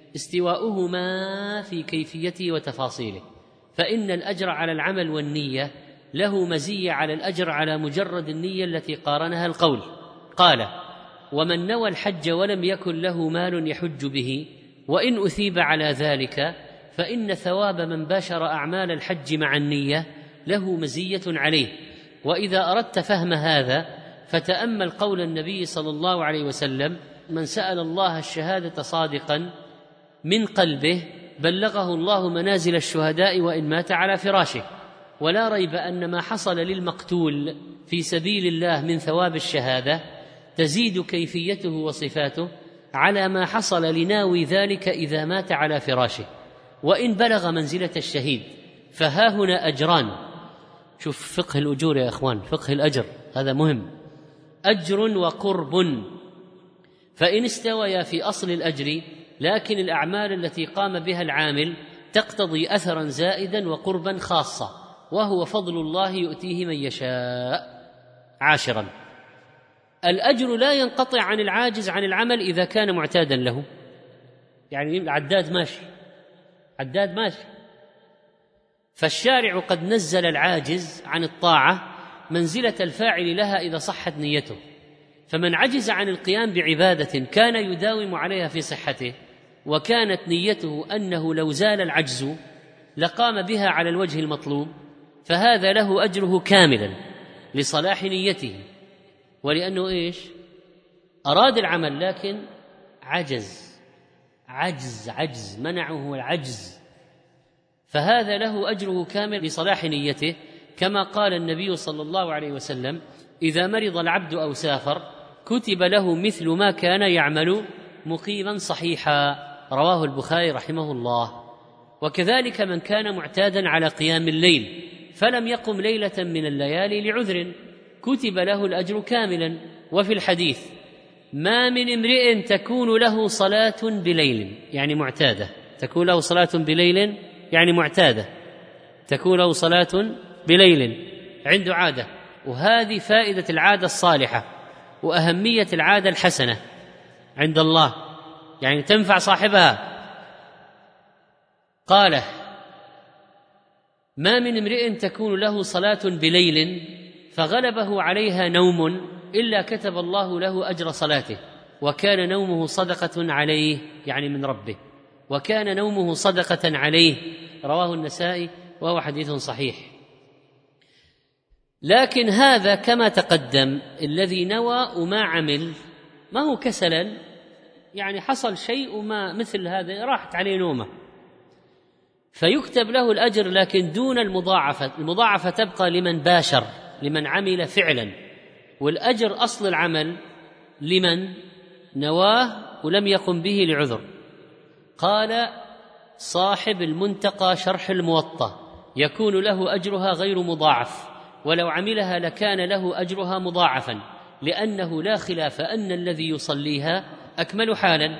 استواؤهما في كيفيته وتفاصيله، فإن الأجر على العمل والنية له مزية على الأجر على مجرد النية التي قارنها القول. قال: ومن نوى الحج ولم يكن له مال يحج به، وإن أثيب على ذلك، فإن ثواب من باشر أعمال الحج مع النية له مزية عليه. وإذا أردت فهم هذا فتأمل قول النبي صلى الله عليه وسلم: من سأل الله الشهادة صادقا من قلبه بلغه الله منازل الشهداء وإن مات على فراشه. ولا ريب أن ما حصل للمقتول في سبيل الله من ثواب الشهادة تزيد كيفيته وصفاته على ما حصل لناوي ذلك إذا مات على فراشه، وإن بلغ منزلة الشهيد. فها هنا أجران. شوف فقه الأجور يا إخوان، فقه الأجر هذا مهم. أجر وقرب، فإن استويا في أصل الأجر، لكن الأعمال التي قام بها العامل تقتضي أثرا زائدا وقربا خاصة، وهو فضل الله يؤتيه من يشاء. 10، الأجر لا ينقطع عن العاجز عن العمل إذا كان معتادا له. يعني العداد ماشي، فالشارع قد نزل العاجز عن الطاعة منزلة الفاعل لها إذا صحت نيته. فمن عجز عن القيام بعبادة كان يداوم عليها في صحته، وكانت نيته أنه لو زال العجز لقام بها على الوجه المطلوب، فهذا له أجره كاملا لصلاح نيته، ولأنه أراد العمل لكن عجز منعه العجز، فهذا له أجره كامل لصلاح نيته. كما قال النبي صلى الله عليه وسلم: إذا مرض العبد أو سافر كتب له مثل ما كان يعمل مقيما صحيحا. رواه البخاري رحمه الله. وكذلك من كان معتادا على قيام الليل فلم يقم ليلة من الليالي لعذر كتب له الأجر كاملا. وفي الحديث: ما من امرئ تكون له صلاة بليل، يعني معتادة، تكون له صلاة بليل يعني معتادة، تكون له صلاة بليل عنده عادة. وهذه فائدة العادة الصالحة وأهمية العادة الحسنة عند الله، يعني تنفع صاحبها. قال: ما من امرئ تكون له صلاة بليل فغلبه عليها نوم إلا كتب الله له أجر صلاته، وكان نومه صدقة عليه، يعني من ربه، وكان نومه صدقة عليه. رواه النسائي وهو حديث صحيح. لكن هذا كما تقدم الذي نوى وما عمل ما هو كسلا، يعني حصل شيء وما مثل هذا راحت عليه نومه، فيكتب له الأجر لكن دون المضاعفة. المضاعفة تبقى لمن باشر، لمن عمل فعلا، والأجر أصل العمل لمن نواه ولم يقم به لعذر. قال صاحب المنتقى شرح الموطأ: يكون له أجرها غير مضاعف، ولو عملها لكان له أجرها مضاعفا، لأنه لا خلاف أن الذي يصليها أكمل حالا.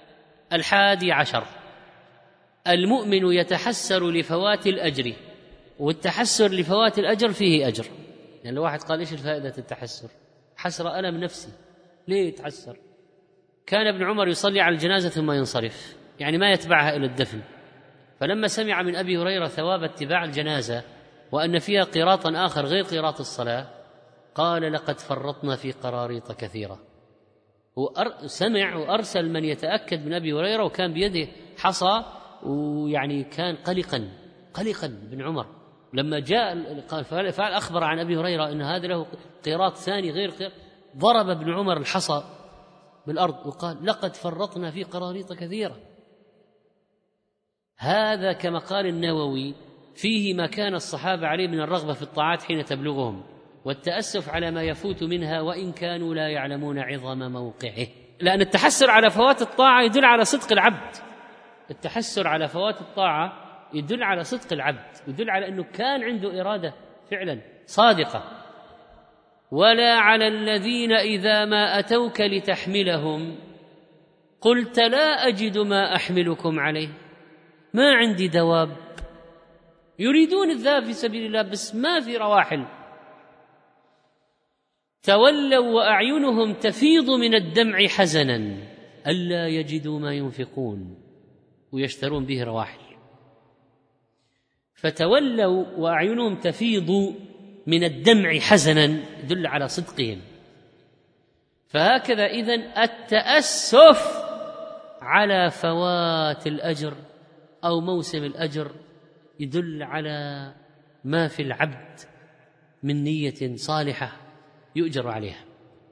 11، المؤمن يتحسر لفوات الأجر والتحسر لفوات الأجر فيه أجر. يعني لو واحد قال إيش الفائدة التحسر؟ حسرة ألم نفسي، ليه يتحسر؟ كان ابن عمر يصلي على الجنازة ثم ينصرف، يعني ما يتبعها إلى الدفن. فلما سمع من أبي هريرة ثواب اتباع الجنازة وأن فيها قيراطا آخر غير قيراط الصلاة قال لقد فرطنا في قراريط كثيرة. سمع وأرسل من يتأكد من أبي هريرة، وكان بيده حصى، ويعني كان قلقا ابن عمر لما جاء قال أخبر عن أبي هريرة أن هذا له قيراط ثاني غير قيراط، ضرب ابن عمر الحصى بالأرض وقال لقد فرطنا في قراريط كثيرة. هذا كما قال النووي فيه ما كان الصحابة عليه من الرغبة في الطاعات حين تبلغهم، والتأسف على ما يفوت منها وإن كانوا لا يعلمون عظم موقعه. لأن التحسر على فوات الطاعة يدل على صدق العبد، التحسر على فوات الطاعة يدل على صدق العبد، يدل على أنه كان عنده إرادة فعلا صادقة. ولا على الذين إذا ما أتوك لتحملهم قلت لا أجد ما أحملكم عليه، ما عندي دواب، يريدون الذهاب في سبيل الله بس ما في رواحل. تولوا وأعينهم تفيض من الدمع حزنا ألا يجدوا ما ينفقون ويشترون به رواحل. فتولوا وأعينهم تفيض من الدمع حزنا يدل على صدقهم. فهكذا إذن التأسف على فوات الأجر أو موسم الأجر يدل على ما في العبد من نية صالحة يؤجر عليها.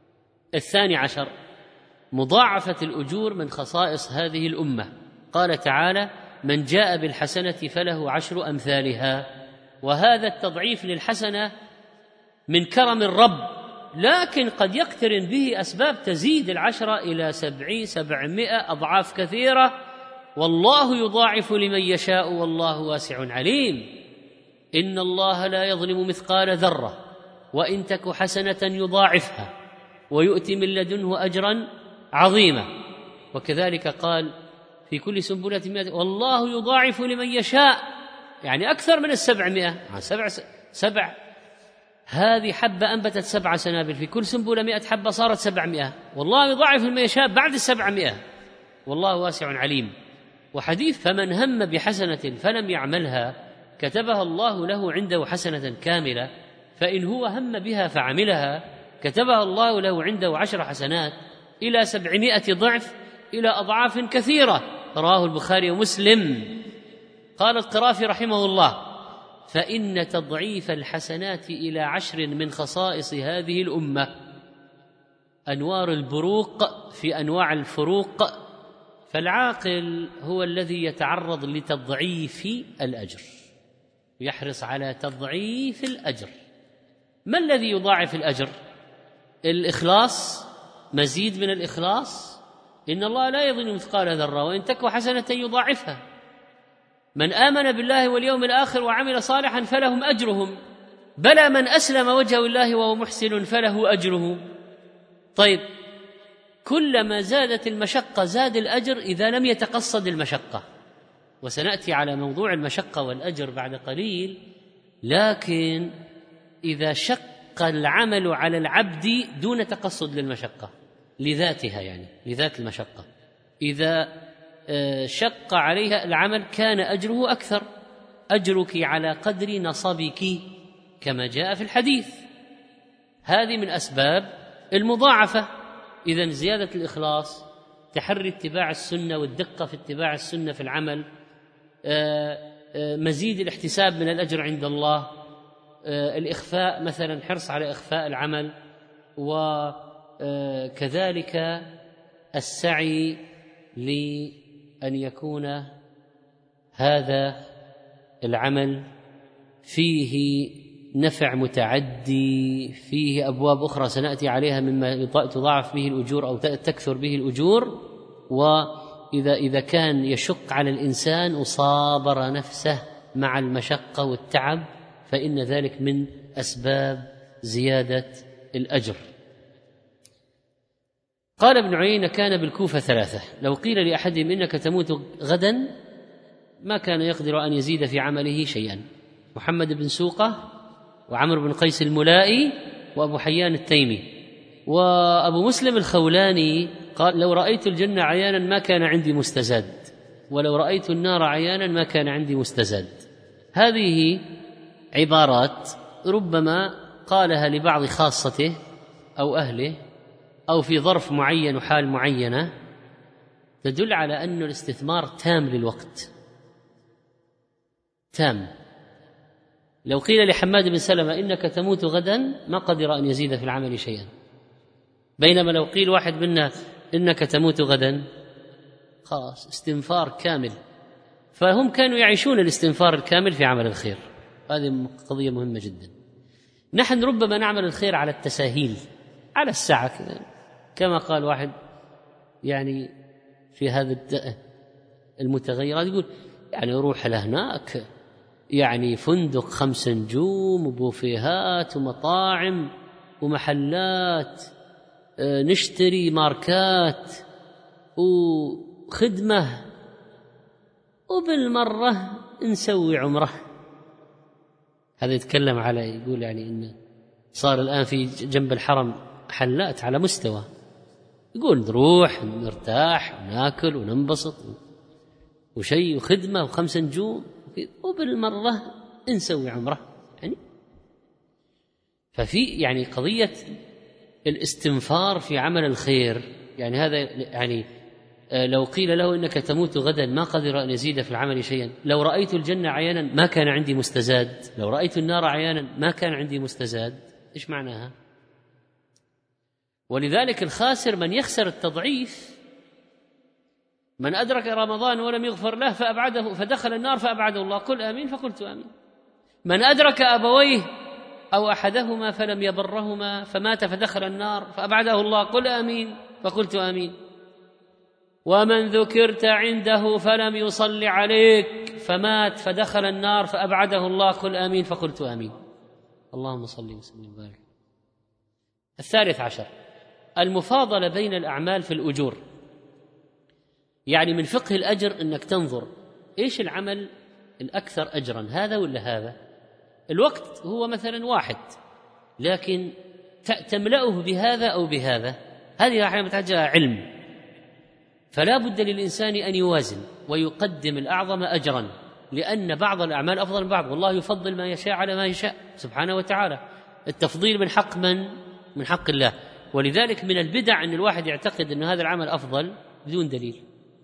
12 مضاعفة الأجور من خصائص هذه الأمة. قال تعالى من جاء بالحسنة فله 10 أمثالها، وهذا التضعيف للحسنة من كرم الرب، لكن قد يقترن به أسباب تزيد 10 إلى 700 أضعاف كثيرة، والله يضاعف لمن يشاء والله واسع عليم. إن الله لا يظلم مثقال ذرة وإن تك حسنة يضاعفها ويؤتي من لدنه أجرا عظيما. وكذلك قال في كل سنبلة 100 والله يضاعف لمن يشاء، يعني أكثر من 700. سبع هذه حبة أنبتت 7 سنابل، في كل سنبلة 100 حبة صارت 700. والله يضاعف لمن يشاء بعد 700 والله واسع عليم. وحديث فمن هم بحسنة فلم يعملها كتبها الله له عنده حسنة كاملة، فإن هو هم بها فعملها كتبها الله له عنده 10 حسنات إلى 700 ضعف إلى أضعاف كثيرة. رواه البخاري ومسلم. قال القرافي رحمه الله فإن تضعيف الحسنات إلى 10 من خصائص هذه الأمة. أنوار البروق في أنواع الفروق، فالعاقل هو الذي يتعرض لتضعيف الأجر، يحرص على تضعيف الأجر. ما الذي يضاعف الأجر؟ الإخلاص، مزيد من الإخلاص. إن الله لا يظلم مثقال ذرة وإن تك حسنة يضاعفها. من آمن بالله واليوم الآخر وعمل صالحا فلهم أجرهم، بلى من أسلم وجهه لله وهو محسن فله أجره. طيب، كلما زادت المشقة زاد الأجر إذا لم يتقصد المشقة، وسنأتي على موضوع المشقة والأجر بعد قليل. لكن إذا شق العمل على العبد دون تقصد للمشقة لذاتها، يعني لذات المشقة، إذا شق عليها العمل كان أجره أكثر. أجرك على قدر نصبك كما جاء في الحديث. هذه من أسباب المضاعفة. إذن زيادة الإخلاص، تحري اتباع السنة والدقة في اتباع السنة في العمل، مزيد الاحتساب من الأجر عند الله، الإخفاء مثلا، حرص على إخفاء العمل، وكذلك السعي لأن يكون هذا العمل فيه نفع متعدي، فيه أبواب أخرى سنأتي عليها مما تضاعف به الأجور أو تكثر به الأجور. وإذا كان يشق على الإنسان وصابر نفسه مع المشقة والتعب فإن ذلك من أسباب زيادة الأجر. قال ابن عيينة كان بالكوفة 3 لو قيل لأحدهم إنك تموت غدا ما كان يقدر أن يزيد في عمله شيئا، محمد بن سوقة وعمرو بن قيس الملائي وأبو حيان التيمي. وأبو مسلم الخولاني قال: لو رأيت الجنة عيانا ما كان عندي مستزاد، ولو رأيت النار عيانا ما كان عندي مستزاد. هذه عبارات ربما قالها لبعض خاصته أو أهله أو في ظرف معين وحال معينة، تدل على أن الاستثمار تام للوقت، تام. لو قيل لحماد بن سلمة: إنك تموت غدا، ما قدر أن يزيد في العمل شيئا، بينما لو قيل واحد منا: إنك تموت غدا، خلاص استنفار كامل. فهم كانوا يعيشون الاستنفار الكامل في عمل الخير. هذه قضية مهمة جدا. نحن ربما نعمل الخير على التساهيل، على السعة، كما قال واحد يعني في هذا المتغيرات، يقول يعني أروح لهناك يعني فندق 5 نجوم وبوفيهات ومطاعم ومحلات، نشتري ماركات وخدمة، وبالمرة نسوي عمره. هذا يتكلم على، يقول يعني إن صار الآن في جنب الحرم محلات على مستوى، يقول نروح نرتاح وناكل وننبسط وشيء وخدمة و5 نجوم، وبالمرة نسوي عمره يعني. ففي يعني قضية الاستنفار في عمل الخير، يعني هذا يعني لو قيل له: إنك تموت غدا، ما قدر أن يزيد في العمل شيئا. لو رأيت الجنة عيانا ما كان عندي مستزاد، لو رأيت النار عيانا ما كان عندي مستزاد. إيش معناها؟ ولذلك الخاسر من يخسر التضعيف، من أدرك رمضان ولم يغفر له فأبعده فدخل النار فأبعده الله، قل آمين فقلت آمين. من أدرك أبويه أو أحدهما فلم يبرهما فمات فدخل النار فأبعده الله، قل آمين فقلت آمين. ومن ذكرت عنده فلم يصل عليك فمات فدخل النار فأبعده الله، قل آمين فقلت آمين. اللهم صل وسلم وبارك. 13 المفاضلة بين الأعمال في الأجور. يعني من فقه الأجر أنك تنظر إيش العمل الأكثر أجرا، هذا ولا هذا. الوقت هو مثلا واحد، لكن تملأه بهذا أو بهذا، هذه أحيانا تحتاج علم. فلا بد للإنسان أن يوازن ويقدم الأعظم أجرا، لأن بعض الأعمال أفضل من بعض، والله يفضل ما يشاء على ما يشاء سبحانه وتعالى. التفضيل من حق من؟ من حق الله. ولذلك من البدع أن الواحد يعتقد أن هذا العمل أفضل بدون دليل،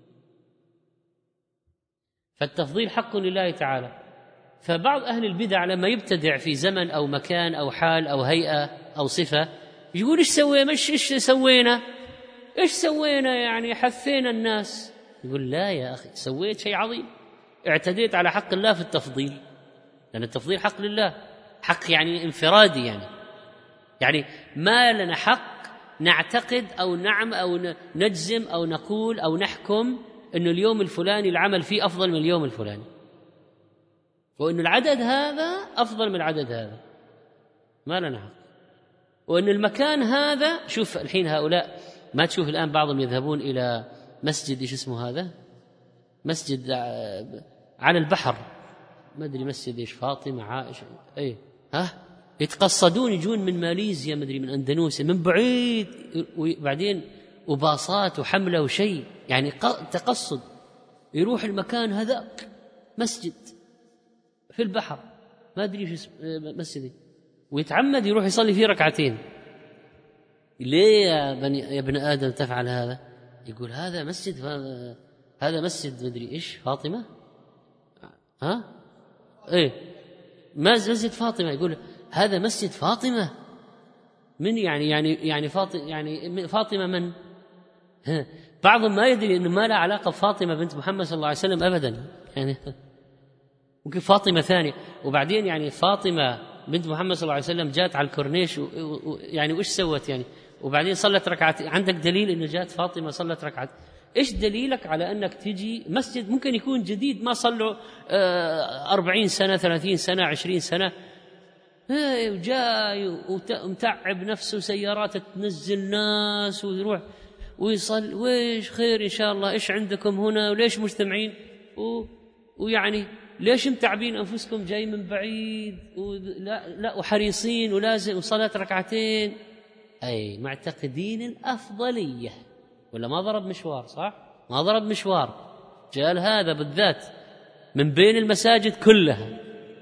فالتفضيل حق لله تعالى. فبعض أهل البدع لما يبتدع في زمن أو مكان أو حال أو هيئة أو صفة يقول: إيش سوينا؟ إيش سوينا؟ إيش سوينا؟ يعني حثينا الناس. يقول: لا يا أخي، سويت شيء عظيم، اعتديت على حق الله في التفضيل، لأن التفضيل حق لله، حق يعني انفرادي، يعني ما لنا حق نعتقد أو نعم أو نجزم أو نقول أو نحكم أن اليوم الفلاني العمل فيه أفضل من اليوم الفلاني، وأن العدد هذا أفضل من العدد هذا، ما لنا حق. وأن المكان هذا، شوف الحين هؤلاء ما تشوف الآن بعضهم يذهبون إلى مسجد إيش اسمه هذا، مسجد على البحر، ما أدري مسجد إيش، فاطمة، عائشة، أي يتقصدون، يجون من ماليزيا، ما أدري من أندونيسيا، من بعيد، وبعدين وباصات وحملة وشيء، يعني تقصد، يروح المكان هذاك مسجد في البحر، ما أدري إيش مسجد، ويتعمد يروح يصلي فيه 2 ركعتين. ليه يا ابن آدم تفعل هذا؟ يقول: هذا مسجد، هذا مسجد ما أدري إيش، فاطمة، إيه مسجد فاطمة. يقول: هذا مسجد فاطمة. من يعني فاطمة، يعني فاطمة من؟ بعضهم ما يدري إنه ما له علاقة بفاطمة بنت محمد صلى الله عليه وسلم أبدا، يعني ممكن فاطمة ثانية. وبعدين يعني فاطمة بنت محمد صلى الله عليه وسلم جاءت على الكورنيش، يعني وإيش سوت يعني؟ وبعدين صلت 2 ركعات. عندك دليل إنه جاءت فاطمة صلت 2 ركعات؟ إيش دليلك على أنك تجي مسجد ممكن يكون جديد ما صلوا 40 سنة 30 سنة 20 سنة، وجاي ومتعب نفسه، سيارات تنزل ناس ويروح ويصل، ويش خير إن شاء الله، إيش عندكم هنا وليش مجتمعين، ويعني ليش متعبين أنفسكم جاي من بعيد لا وحريصين ولازم وصلاة ركعتين؟ أي معتقدين الأفضلية. ولا ما ضرب مشوار؟ صح، ما ضرب مشوار، جال هذا بالذات من بين المساجد كلها.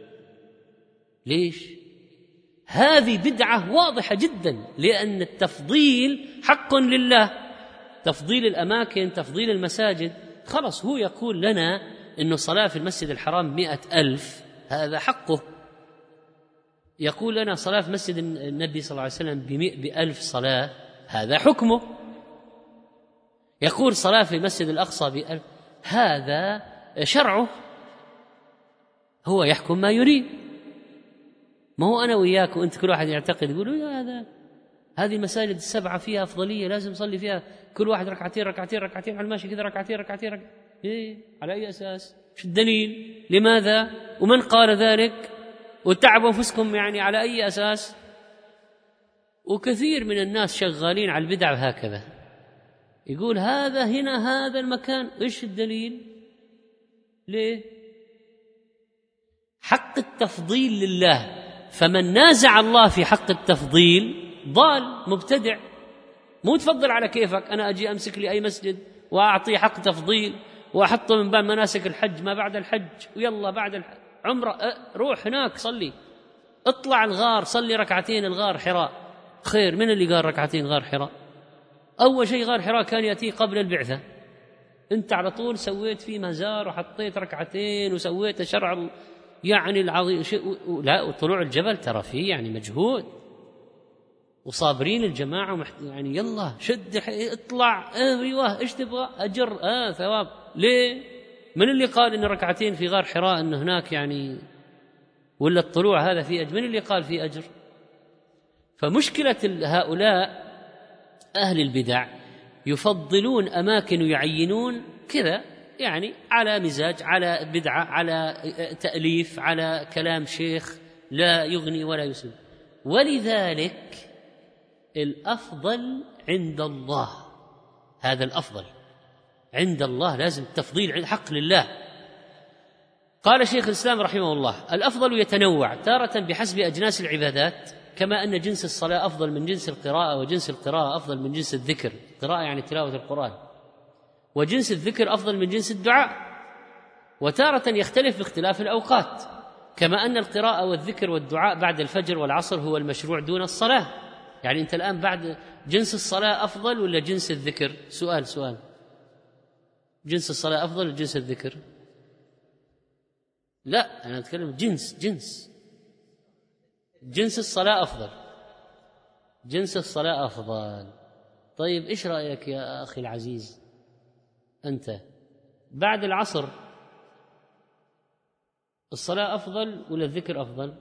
ليش؟ هذه بدعة واضحة جدا، لأن التفضيل حق لله، تفضيل الأماكن، تفضيل المساجد. خلص هو يقول لنا إنه صلاة في المسجد الحرام 100,000، هذا حقه. يقول لنا صلاة في مسجد النبي صلى الله عليه وسلم ب1,000 صلاة، هذا حكمه. يقول صلاة في المسجد الأقصى ب1,000، هذا شرعه، هو يحكم ما يريد. ما هو أنا وياك وأنت كل واحد يعتقد يقول هذه المساجد السبعة فيها أفضلية لازم نصلي فيها كل واحد ركعتين ركعتين ركعتين على الماشي كذا، ركعتين ركعتين إيه؟ على أي أساس؟ شو الدليل؟ لماذا؟ ومن قال ذلك؟ وتعبوا أنفسكم يعني على أي أساس؟ وكثير من الناس شغالين على البدع هكذا، يقول هذا هنا هذا المكان، إيش الدليل؟ ليه؟ حق التفضيل لله، فمن نازع الله في حق التفضيل ضال مبتدع. مو تفضل على كيفك، أنا أجي أمسك لي أي مسجد وأعطيه حق تفضيل وأحطه من باب مناسك الحج ما بعد الحج، ويلا بعد عمره روح هناك صلي، اطلع الغار صلي ركعتين الغار حراء خير. من اللي قال ركعتين غار حراء؟ أول شيء غار حراء كان يأتي قبل البعثة، أنت على طول سويت فيه مزار وحطيت ركعتين وسويت شرع يعني العظيم. لا، وطلوع الجبل ترى فيه يعني مجهود، وصابرين الجماعة يعني يلا شد اطلع ايوه ايش تبغى أجر ثواب. ليه؟ من اللي قال إن ركعتين في غار حراء إن هناك يعني ولا الطلوع هذا فيه أجر؟ من اللي قال فيه أجر؟ فمشكلة هؤلاء أهل البدع يفضلون أماكن ويعينون كذا يعني على مزاج، على بدعة، على تأليف، على كلام شيخ لا يغني ولا يسمن. ولذلك الأفضل عند الله، هذا الأفضل عند الله، لازم التفضيل حق لله. قال شيخ الإسلام رحمه الله الأفضل يتنوع تارة بحسب أجناس العبادات، كما أن جنس الصلاة أفضل من جنس القراءة، وجنس القراءة أفضل من جنس الذكر، القراءة يعني تلاوة القرآن، وجنس الذكر أفضل من جنس الدعاء. وتارة يختلف باختلاف الأوقات، كما أن القراءة والذكر والدعاء بعد الفجر والعصر هو المشروع دون الصلاة. يعني أنت الآن بعد جنس الصلاة أفضل ولا جنس الذكر؟ سؤال جنس الصلاة أفضل ولا جنس الذكر؟ لا، أنا أتكلم جنس الصلاة أفضل، جنس الصلاة أفضل. طيب إيش رأيك يا أخي العزيز أنت، بعد العصر الصلاة أفضل ولا الذكر أفضل؟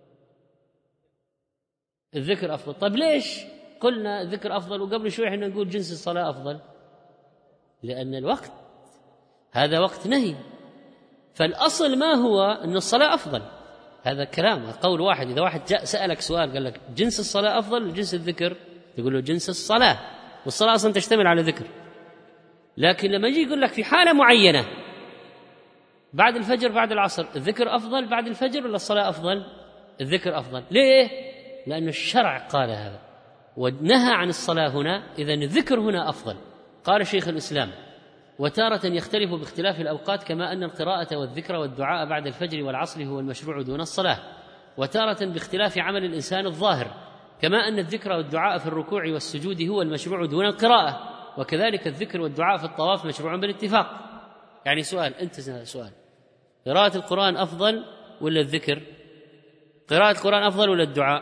الذكر أفضل. طيب ليش قلنا الذكر أفضل وقبل شوي احنا نقول جنس الصلاة أفضل؟ لأن الوقت هذا وقت نهي، فالأصل ما هو أن الصلاة أفضل. هذا كلام قول واحد. إذا واحد جاء سألك سؤال قال لك جنس الصلاة أفضل ولا جنس الذكر، تقول له جنس الصلاة، والصلاة أصلا تشتمل على ذكر. لكن لما يجي يقول لك في حالة معينة بعد الفجر بعد العصر الذكر أفضل بعد الفجر ولا الصلاة أفضل؟ الذكر أفضل. ليه؟ لأن الشرع قال هذا ونهى عن الصلاة هنا، إذن الذكر هنا أفضل. قال شيخ الإسلام وتارة يختلف باختلاف الأوقات، كما أن القراءة والذكر والدعاء بعد الفجر والعصر هو المشروع دون الصلاة. وتارة باختلاف عمل الإنسان الظاهر، كما أن الذكر والدعاء في الركوع والسجود هو المشروع دون القراءة، وكذلك الذكر والدعاء في الطواف مشروع بالاتفاق. يعني سؤال قراءة القرآن أفضل ولا الذكر؟ قراءة القرآن أفضل ولا الدعاء؟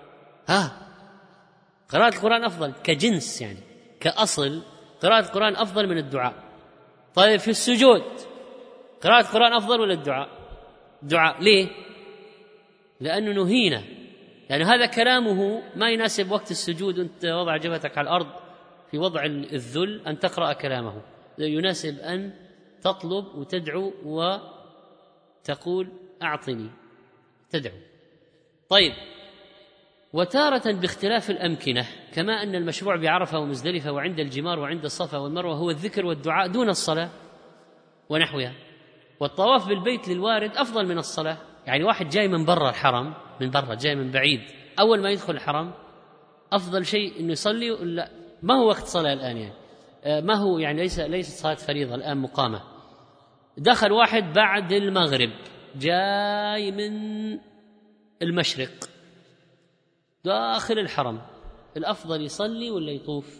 قراءة القرآن أفضل كجنس، يعني كأصل قراءة القرآن أفضل من الدعاء. طيب في السجود قراءة القرآن أفضل ولا الدعاء؟ دعاء. ليه؟ لأنه نهينا، يعني هذا كلامه ما يناسب وقت السجود أنت وضع جبهتك على الأرض في وضع الذل أن تقرأ كلامه، يناسب أن تطلب وتدعو وتقول أعطني، تدعو. طيب وتارة باختلاف الأمكنة، كما أن المشروع بعرفة ومزدلفة وعند الجمار وعند الصفا والمروة هو الذكر والدعاء دون الصلاة ونحوها. والطواف بالبيت للوارد أفضل من الصلاة. يعني واحد جاي من برا الحرم، من برا جاي من بعيد، أول ما يدخل الحرم أفضل شيء إنه يصلي. لا، ما هو وقت صلاة الآن، يعني ما هو، يعني ليست صلاة فريضة الآن مقامة. دخل واحد بعد المغرب جاي من المشرق داخل الحرم، الأفضل يصلي ولا يطوف؟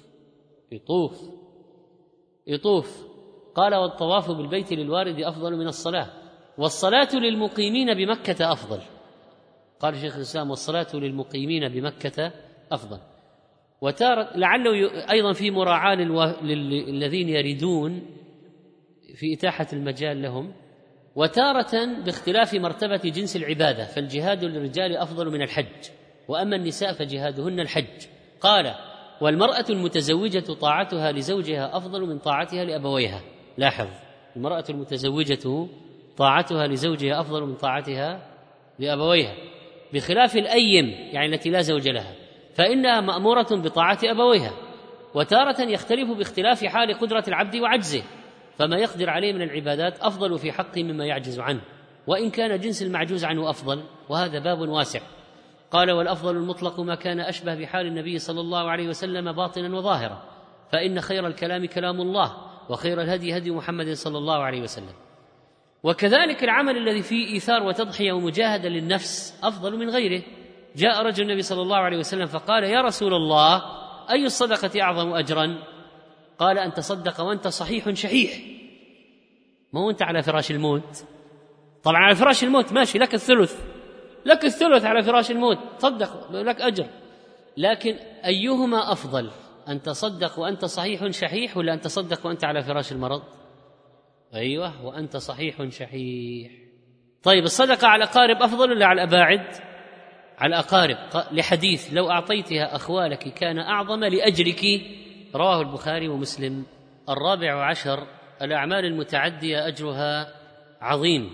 يطوف. قال والطواف بالبيت للوارد أفضل من الصلاة، والصلاة للمقيمين بمكة أفضل. قال شيخ الإسلام والصلاة للمقيمين بمكة أفضل. وتارة لعله أيضا في مراعاة للذين يريدون في إتاحة المجال لهم، وتارة باختلاف مرتبة جنس العبادة، فالجهاد للرجال أفضل من الحج، وأما النساء فجهادهن الحج. قال والمرأة المتزوجة طاعتها لزوجها أفضل من طاعتها لأبويها. لاحظ، المرأة المتزوجة طاعتها لزوجها أفضل من طاعتها لأبويها، بخلاف الأيم يعني التي لا زوج لها، فإنها مأمورة بطاعة أبويها. وتارة يختلف باختلاف حال قدرة العبد وعجزه، فما يقدر عليه من العبادات أفضل في حقه مما يعجز عنه، وإن كان جنس المعجوز عنه أفضل، وهذا باب واسع. قال والأفضل المطلق ما كان أشبه بحال النبي صلى الله عليه وسلم باطنا وظاهرا، فإن خير الكلام كلام الله، وخير الهدي هدي محمد صلى الله عليه وسلم. وكذلك العمل الذي فيه إيثار وتضحية ومجاهدة للنفس أفضل من غيره. جاء رجل النبي صلى الله عليه وسلم فقال يا رسول الله أي الصدقة أعظم أجرا؟ قال أن تصدق وأنت صحيح شحيح. ما هو أنت على فراش الموت، طبعا على فراش الموت ماشي، لك الثلث على فراش الموت، صدق لك أجر، لكن أيهما أفضل، أن تصدق وأنت صحيح شحيح ولا أن تصدق وأنت على فراش المرض؟ أيوة، وأنت صحيح شحيح. طيب الصدقة على الأقارب أفضل ولا على الأباعد؟ على الأقارب، لحديث لو أعطيتها أخوالك كان أعظم لأجرك، رواه البخاري ومسلم. 14 الأعمال المتعدية أجرها عظيم،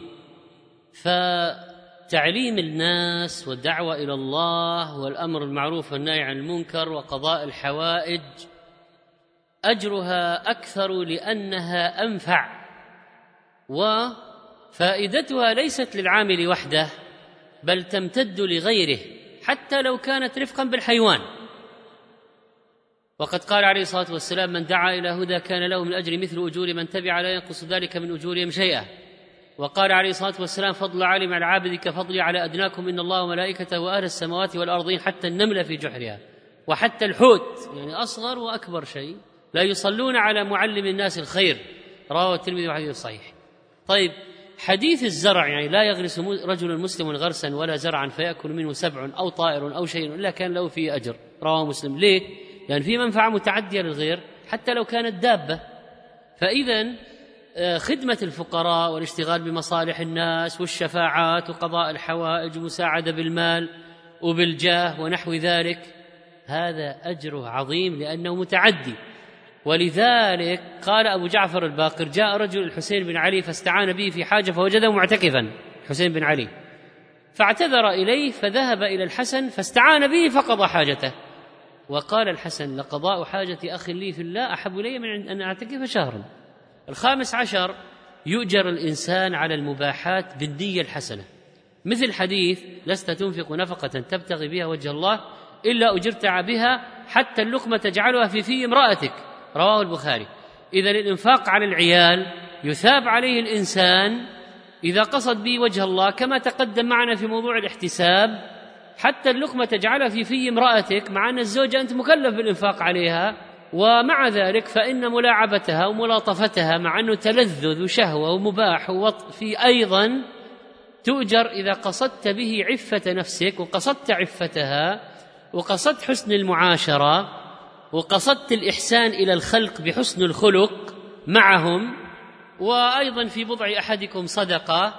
فتعليم الناس والدعوة إلى الله والأمر بالمعروف والنهي عن المنكر وقضاء الحوائج أجرها أكثر لأنها أنفع، وفائدتها ليست للعامل وحده بل تمتد لغيره حتى لو كانت رفقا بالحيوان. وقد قال عليه الصلاة والسلام من دعا إلى هدى كان له من أجر مثل أجور من تبع لا ينقص ذلك من أجورهم شيئا. وقال عليه الصلاة والسلام فضل عالم على العابد كفضلي على أدناكم إن الله وملائكته وأهل السماوات والأرضين حتى النملة في جحرها وحتى الحوت، يعني أصغر وأكبر شيء، لا يصلون على معلم الناس الخير، رواه الترمذي وحديث صحيح. طيب حديث الزرع، يعني لا يغرس رجل مسلم غرسا ولا زرعا فيأكل منه سبع أو طائر أو شيء إلا كان له فيه أجر، رواه مسلم. ليه؟ لأن في منفعة متعدية للغير حتى لو كانت دابة. فإذن خدمة الفقراء والاشتغال بمصالح الناس والشفاعات وقضاء الحوائج ومساعدة بالمال وبالجاه ونحو ذلك، هذا أجره عظيم لأنه متعدي. ولذلك قال أبو جعفر الباقر جاء رجل الحسين بن علي فاستعان به في حاجة فوجده معتكفا، حسين بن علي، فاعتذر إليه فذهب إلى الحسن فاستعان به فقضى حاجته. وقال الحسن لقضاء حاجة أخ لي في الله أحب إلي من أن أعتكف شهرا. 15 يؤجر الإنسان على المباحات بالنية الحسنة، مثل حديث لست تنفق نفقة تبتغي بها وجه الله إلا أجرت بها حتى اللقمة تجعلها في في امرأتك، رواه البخاري. إذن الإنفاق على العيال يثاب عليه الإنسان إذا قصد به وجه الله، كما تقدم معنا في موضوع الاحتساب، حتى اللقمة تجعلها في في امرأتك، مع أن الزوجة أنت مكلف بالإنفاق عليها، ومع ذلك فإن ملاعبتها وملاطفتها مع أنه تلذذ وشهوة ومباح في أيضا تؤجر إذا قصدت به عفة نفسك وقصدت عفتها وقصدت حسن المعاشرة وقصدت الإحسان إلى الخلق بحسن الخلق معهم. وأيضا في بضع أحدكم صدقة.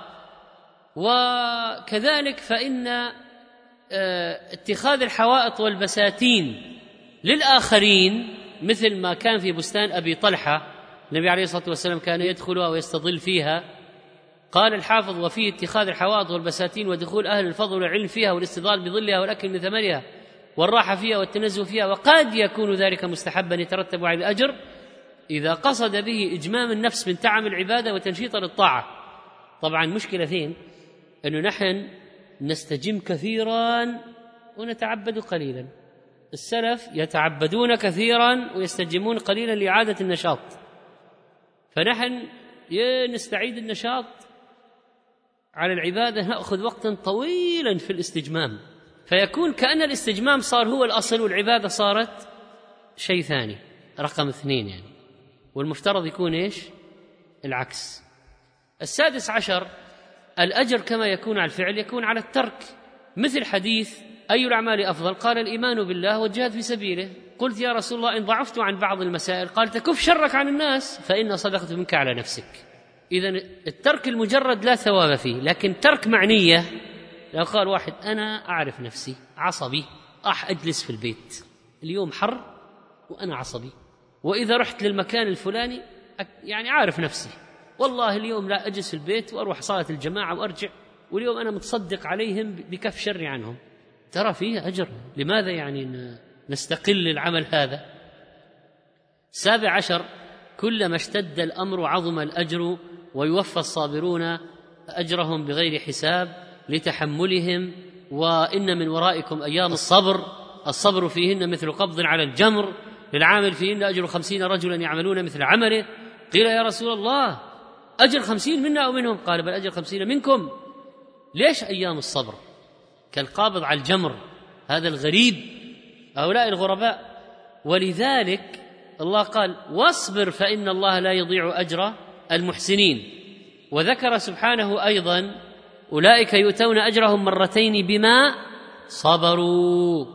وكذلك فإن اتخاذ الحوائط والبساتين للآخرين مثل ما كان في بستان أبي طلحة، النبي عليه الصلاة والسلام كان يدخلها ويستظل فيها. قال الحافظ وفيه اتخاذ الحوائط والبساتين ودخول أهل الفضل والعلم فيها والاستظلال بظلها والأكل من ثمرها والراحة فيها والتنزه فيها، وقد يكون ذلك مستحبا يترتب على الأجر إذا قصد به إجمام النفس من تعب العبادة وتنشيطا للطاعة. طبعا مشكلة فين؟ أنه نحن نستجم كثيرا ونتعبد قليلا. السلف يتعبدون كثيرا ويستجمون قليلا لإعادة النشاط، فنحن نستعيد النشاط على العبادة نأخذ وقتا طويلا في الاستجمام، فيكون كأن الاستجمام صار هو الأصل والعبادة صارت شيء ثاني رقم 2 يعني، والمفترض يكون إيش؟ العكس. 16 الأجر كما يكون على الفعل يكون على الترك، مثل حديث أي الأعمال أفضل؟ قال الإيمان بالله والجهاد في سبيله. قلت يا رسول الله إن ضعفت عن بعض المسائل، قال تكف شرك عن الناس فإن صدقت منك على نفسك. إذن الترك المجرد لا ثواب فيه، لكن ترك معنية. لو قال واحد أنا أعرف نفسي عصبي، أجلس في البيت، اليوم حر وأنا عصبي، وإذا رحت للمكان الفلاني يعني عارف نفسي، والله اليوم لا أجلس في البيت وأروح صلاة الجماعة وأرجع، واليوم أنا متصدق عليهم بكف شري عنهم، ترى فيه أجر. لماذا يعني نستقل العمل هذا؟ 17 كلما اشتد الأمر عظم الأجر، ويوفى الصابرون أجرهم بغير حساب لتحملهم، وإن من ورائكم أيام الصبر فيهن مثل قبض على الجمر، للعامل فيهن أجر 50 رجلا يعملون مثل عمله. قيل يا رسول الله أجر 50 منا أو منهم؟ قال بل أجر 50 منكم. ليش أيام الصبر؟ كالقابض على الجمر، هذا الغريب، هؤلاء الغرباء. ولذلك الله قال واصبر فإن الله لا يضيع أجر المحسنين. وذكر سبحانه أيضا أولئك يؤتون أجرهم مرتين بما صبروا.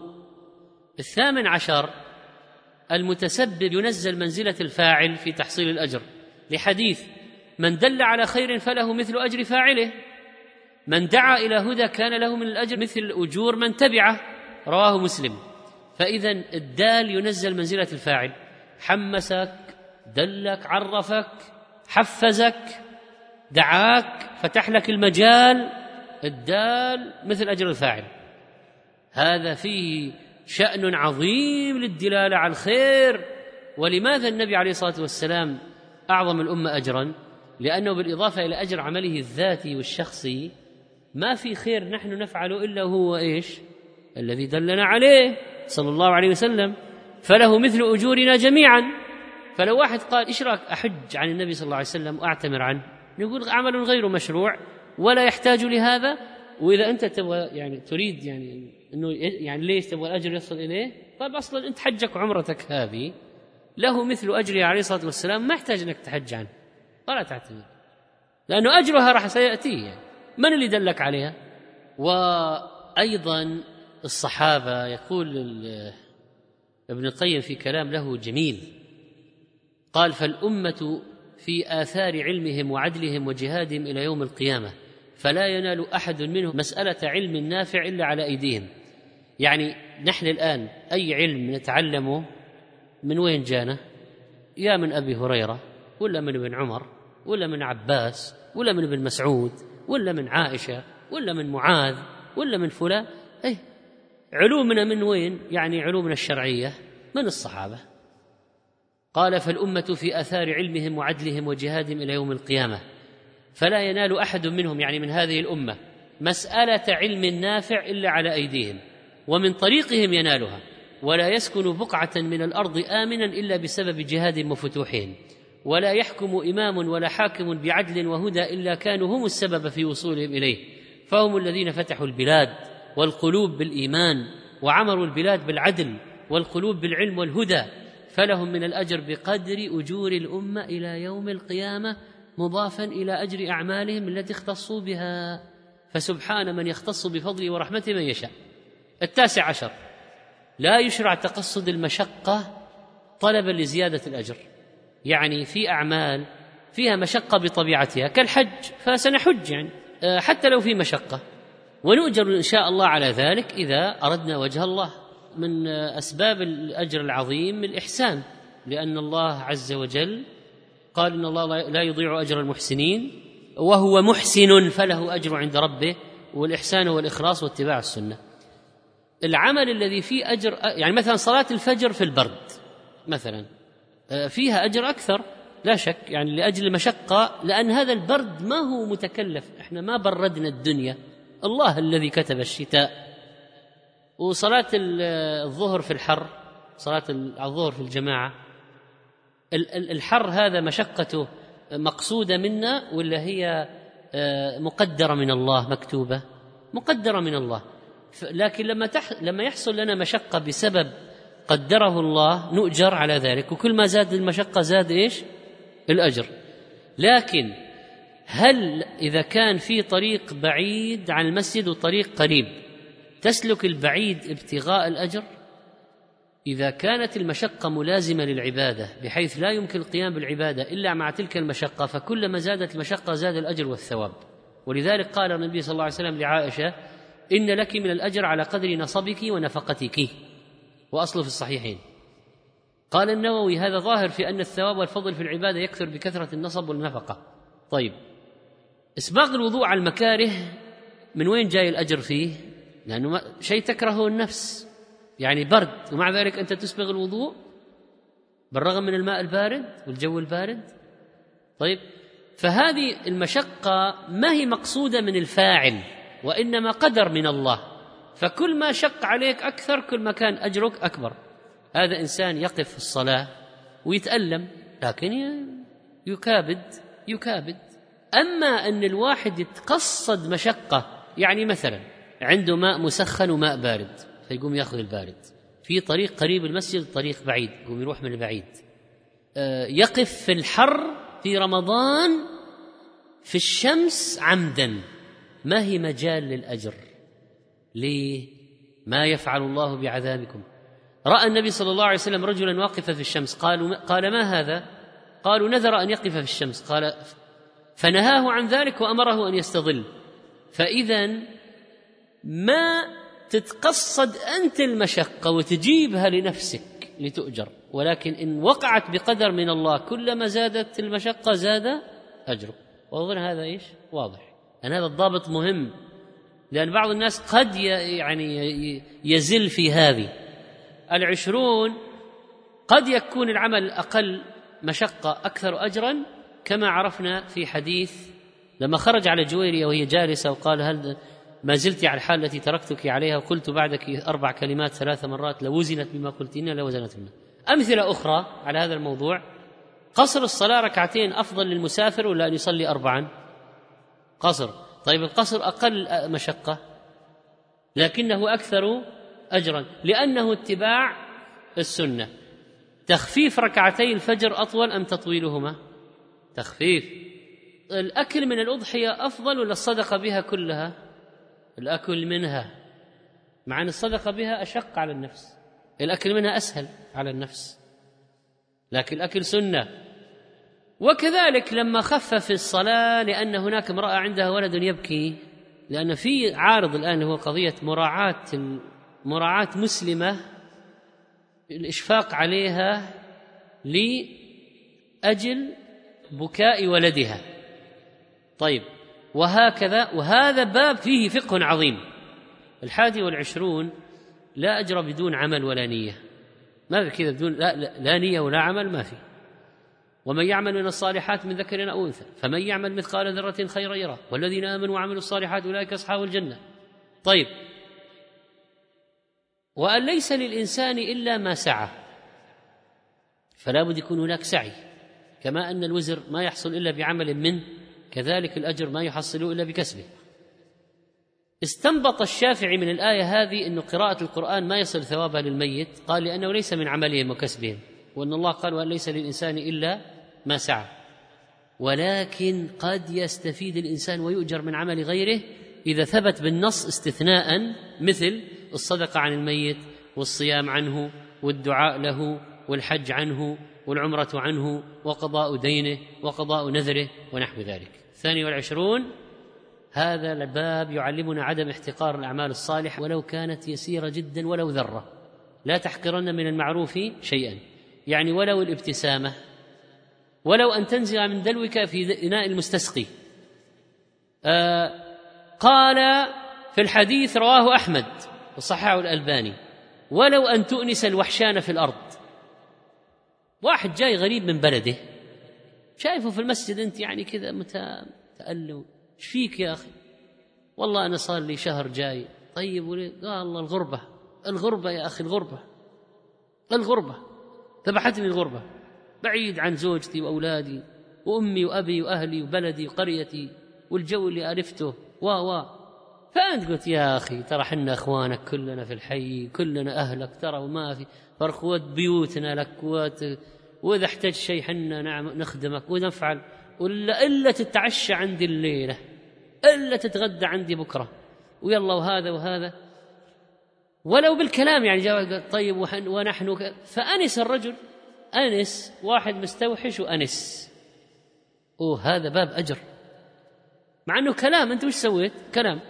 18 المتسبب ينزل منزلة الفاعل في تحصيل الأجر، لحديث من دل على خير فله مثل أجر فاعله، من دعا إلى هدى كان له من الأجر مثل أجور من تبعه، رواه مسلم. فإذا الدال ينزل منزلة الفاعل، حمسك، دلك، عرفك، حفزك، دعاك، فتح لك المجال، الدال مثل أجر الفاعل. هذا فيه شأن عظيم للدلالة على الخير. ولماذا النبي عليه الصلاة والسلام أعظم الأمة أجرا؟ لأنه بالإضافة إلى أجر عمله الذاتي والشخصي ما في خير نحن نفعله إلا هو إيش؟ الذي دلنا عليه صلى الله عليه وسلم، فله مثل أجورنا جميعا. فلو واحد قال إيش رأيك أحج عن النبي صلى الله عليه وسلم وأعتمر عنه، نقول عمل غير مشروع ولا يحتاج لهذا. وإذا أنت تبغى يعني تريد يعني إنه يعني ليش تبغى الأجر يصل إليه؟ طيب أصلا أنت حجك وعمرتك هذه له مثل أجره عليه الصلاة والسلام، ما يحتاج أنك تحج عنه ولا تعتمر، لأنه أجرها راح سيأتيه، يعني من اللي دلك عليها؟ وأيضا الصحابة، يقول ابن القيم في كلام له جميل، قال فالأمة في آثار علمهم وعدلهم وجهادهم إلى يوم القيامة، فلا ينال أحد منهم مسألة علم نافع إلا على أيديهم. يعني نحن الآن أي علم نتعلمه من وين جانا؟ يا من أبي هريرة، ولا من ابن عمر، ولا من عباس، ولا من ابن مسعود، ولا من عائشة، ولا من معاذ، ولا من فلان. علومنا من وين؟ يعني علومنا الشرعية من الصحابة. قال فالأمة في آثار علمهم وعدلهم وجهادهم إلى يوم القيامة، فلا ينال أحد منهم يعني من هذه الأمة مسألة علم نافع إلا على أيديهم، ومن طريقهم ينالها، ولا يسكن بقعة من الأرض آمنا إلا بسبب جهادهم وفتوحهم، ولا يحكم إمام ولا حاكم بعدل وهدى إلا كانوا هم السبب في وصولهم إليه، فهم الذين فتحوا البلاد والقلوب بالإيمان، وعمروا البلاد بالعدل والقلوب بالعلم والهدى، فلهم من الأجر بقدر أجور الأمة إلى يوم القيامة، مضافا إلى أجر أعمالهم التي اختصوا بها، فسبحان من يختص بفضله ورحمته من يشاء. 19 لا يشرع تقصد المشقة طلبا لزيادة الأجر، يعني في أعمال فيها مشقة بطبيعتها كالحج فسنحج يعني حتى لو في مشقة، ونؤجر إن شاء الله على ذلك إذا أردنا وجه الله. من أسباب الأجر العظيم الإحسان، لأن الله عز وجل قال إن الله لا يضيع أجر المحسنين، وهو محسن فله أجر عند ربه، والإحسان والإخلاص واتباع السنة. العمل الذي فيه أجر، يعني مثلا صلاة الفجر في البرد مثلا فيها أجر أكثر لا شك، يعني لأجل المشقة، لأن هذا البرد ما هو متكلف، إحنا ما بردنا الدنيا، الله الذي كتب الشتاء. وصلاة الظهر في الحر، صلاة الظهر في الجماعة، الحر هذا مشقته مقصودة منا ولا هي مقدرة من الله، مكتوبة مقدرة من الله؟ لكن لما يحصل لنا مشقة بسبب قدره الله نؤجر على ذلك، وكل ما زاد المشقة زاد إيش؟ الأجر. لكن هل إذا كان في طريق بعيد عن المسجد وطريق قريب تسلك البعيد ابتغاء الأجر؟ إذا كانت المشقة ملازمة للعبادة بحيث لا يمكن القيام بالعبادة إلا مع تلك المشقة، فكلما زادت المشقة زاد الأجر والثواب. ولذلك قال النبي صلى الله عليه وسلم لعائشة: إن لك من الأجر على قدر نصبك ونفقتك، وأصله في الصحيحين. قال النووي: هذا ظاهر في أن الثواب والفضل في العبادة يكثر بكثرة النصب والنفقة. طيب، إسباغ الوضوء على المكاره من وين جاي الأجر فيه؟ لأنه شيء تكرهه النفس، يعني برد، ومع ذلك أنت تسبغ الوضوء بالرغم من الماء البارد والجو البارد. طيب، فهذه المشقة ما هي مقصودة من الفاعل، وإنما قدر من الله، فكل ما شق عليك أكثر كل ما كان أجرك أكبر. هذا إنسان يقف في الصلاة ويتألم لكن يكابد. أما أن الواحد يتقصد مشقة، يعني مثلا عنده ماء مسخن وماء بارد فيقوم يأخذ البارد، في طريق قريب المسجد طريق بعيد يقوم يروح من البعيد، يقف في الحر في رمضان في الشمس عمدا، ما هي مجال للأجر. ليه؟ ما يفعل الله بعذابكم. رأى النبي صلى الله عليه وسلم رجلا واقفا في الشمس، قال ما هذا؟ قالوا نذر أن يقف في الشمس، قال فنهاه عن ذلك وأمره أن يستظل. فإذا ما تتقصد أنت المشقة وتجيبها لنفسك لتؤجر، ولكن إن وقعت بقدر من الله كلما زادت المشقة زاد أجرك. وأظن هذا إيش؟ واضح أن هذا الضابط مهم، لأن بعض الناس قد يعني يزل في هذه 20، قد يكون العمل أقل مشقة أكثر أجرا، كما عرفنا في حديث لما خرج على جويرية وهي جالسة وقال: هل ما زلت على الحال التي تركتك عليها وقلت بعدك 4 كلمات 3 مرات لوزنت بما قلتين لوزنت بما. أمثلة أخرى على هذا الموضوع: قصر الصلاة 2 أفضل للمسافر ولا أن يصلي 4؟ قصر. طيب، القصر أقل مشقة لكنه أكثر أجرا لأنه اتباع السنة. تخفيف 2 الفجر أطول أم تطويلهما؟ تخفيف. الأكل من الأضحية أفضل ولا الصدقة بها كلها؟ الأكل منها، مع أن الصدقة بها أشق على النفس، الأكل منها أسهل على النفس، لكن الأكل سنة. وكذلك لما خفف الصلاة لأن هناك امرأة عندها ولد يبكي، لأن في عارض الآن هو قضية مراعاة مسلمة، الإشفاق عليها لأجل بكاء ولدها. طيب، وهكذا، وهذا باب فيه فقه عظيم. 21 لا أجر بدون عمل ولا نية، ما في كذا بدون لا نية ولا عمل، ما في. ومن يعمل من الصالحات من ذكر أو أنثى فمن يعمل مثقال ذرة خيرا يره والذين آمنوا وعملوا الصالحات أولئك أصحاب الجنة. طيب، وأن ليس للإنسان إلا ما سعى، فلا بد يكون هناك سعي، كما أن الوزر ما يحصل إلا بعمل منه، كذلك الأجر ما يحصل إلا بكسبه. استنبط الشافعي من الآية هذه أن قراءة القرآن ما يصل ثوابها للميت، قال لأنه ليس من عملهم وكسبهم، وأن الله قال: وأن ليس للإنسان إلا ما سعى. ولكن قد يستفيد الإنسان ويؤجر من عمل غيره إذا ثبت بالنص استثناء، مثل الصدقة عن الميت والصيام عنه والدعاء له والحج عنه والعمرة عنه وقضاء دينه وقضاء نذره ونحو ذلك. 22 هذا الباب يعلمنا عدم احتقار الأعمال الصالحة ولو كانت يسيرة جدا، ولو ذرة. لا تحقرن من المعروف شيئا، يعني ولو الابتسامة، ولو أن تنزع من دلوك في إناء المستسقي. قال في الحديث رواه أحمد وصححه الألباني: ولو أن تؤنس الوحشان في الأرض. واحد جاي غريب من بلده شايفه في المسجد أنت يعني كذا متألم، إيش فيك يا أخي؟ والله أنا صار لي شهر جاي. طيب وليه؟ قال الله الغربة يا أخي، الغربة ذبحتني الغربة، بعيد عن زوجتي وأولادي وأمي وأبي وأهلي وبلدي وقريتي والجو اللي ألفته فأنت قلت يا أخي ترى حنا أخوانك كلنا في الحي، كلنا أهلك ترى، وما في فرق، بيوتنا لك وإذا احتاج شيء حنا نخدمك ونفعل، إلا تتعشى عندي الليلة، إلا تتغدى عندي بكرة، ويلا وهذا ولو بالكلام يعني جاء طيب ونحن فأنس الرجل، أنس واحد مستوحش وأنس، هذا باب أجر، مع أنه كلام. أنت وش سويت؟ كلام.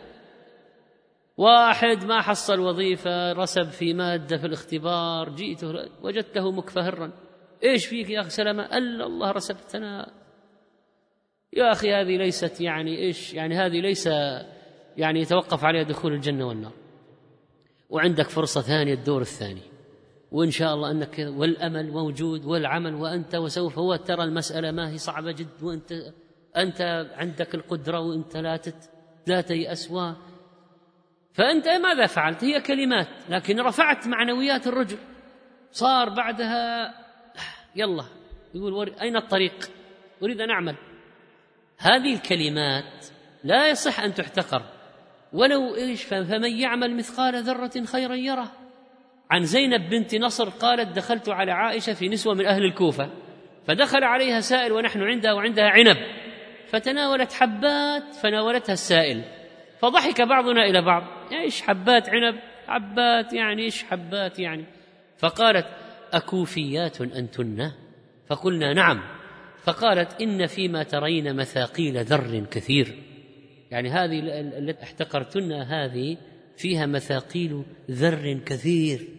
واحد ما حصل وظيفة، رسب في مادة في الاختبار، جئته وجدته مكفهرا، إيش فيك يا أخي سلامة؟ الله رسبتنا يا أخي، هذه ليست يعني إيش يعني، هذه ليس يعني يتوقف عليها دخول الجنة والنار، وعندك فرصة ثانية الدور الثاني، وإن شاء الله أنك والأمل موجود والعمل وأنت وسوف، هو ترى المسألة ما هي صعبة جد، وأنت عندك القدرة، وأنت لا تيأس. فأنت ماذا فعلت؟ هي كلمات، لكن رفعت معنويات الرجل، صار بعدها يلا يقول أين الطريق؟ أريد أن أعمل. هذه الكلمات لا يصح أن تحتقر ولو إيش، فمن يعمل مثقال ذرة خيرا يره. عن زينب بنت نصر قالت دخلت على عائشة في نسوة من أهل الكوفة، فدخل عليها سائل ونحن عندها وعندها عنب، فتناولت حبات فناولتها السائل، فضحك بعضنا إلى بعض، إيش حبات عنب؟ حبات يعني إيش حبات يعني؟ فقالت أكوفيات أنتن؟ فقلنا نعم. فقالت إن فيما ترين مثاقيل ذر كثير، يعني هذه التي احتقرتن هذه فيها مثاقيل ذر كثير.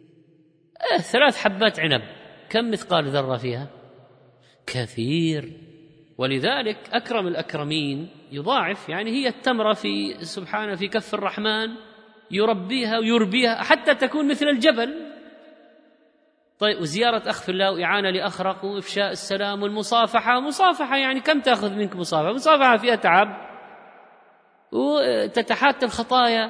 3 حبات عنب كم مثقال ذرة فيها؟ كثير. ولذلك أكرم الأكرمين يضاعف، يعني هي التمرة في سبحانه في كف الرحمن يربيها ويربيها حتى تكون مثل الجبل. طيب، وزيارة أخ في الله وإعانة لأخرق وإفشاء السلام والمصافحة يعني كم تأخذ منك مصافحة فيها تعب وتتحاتى الخطايا،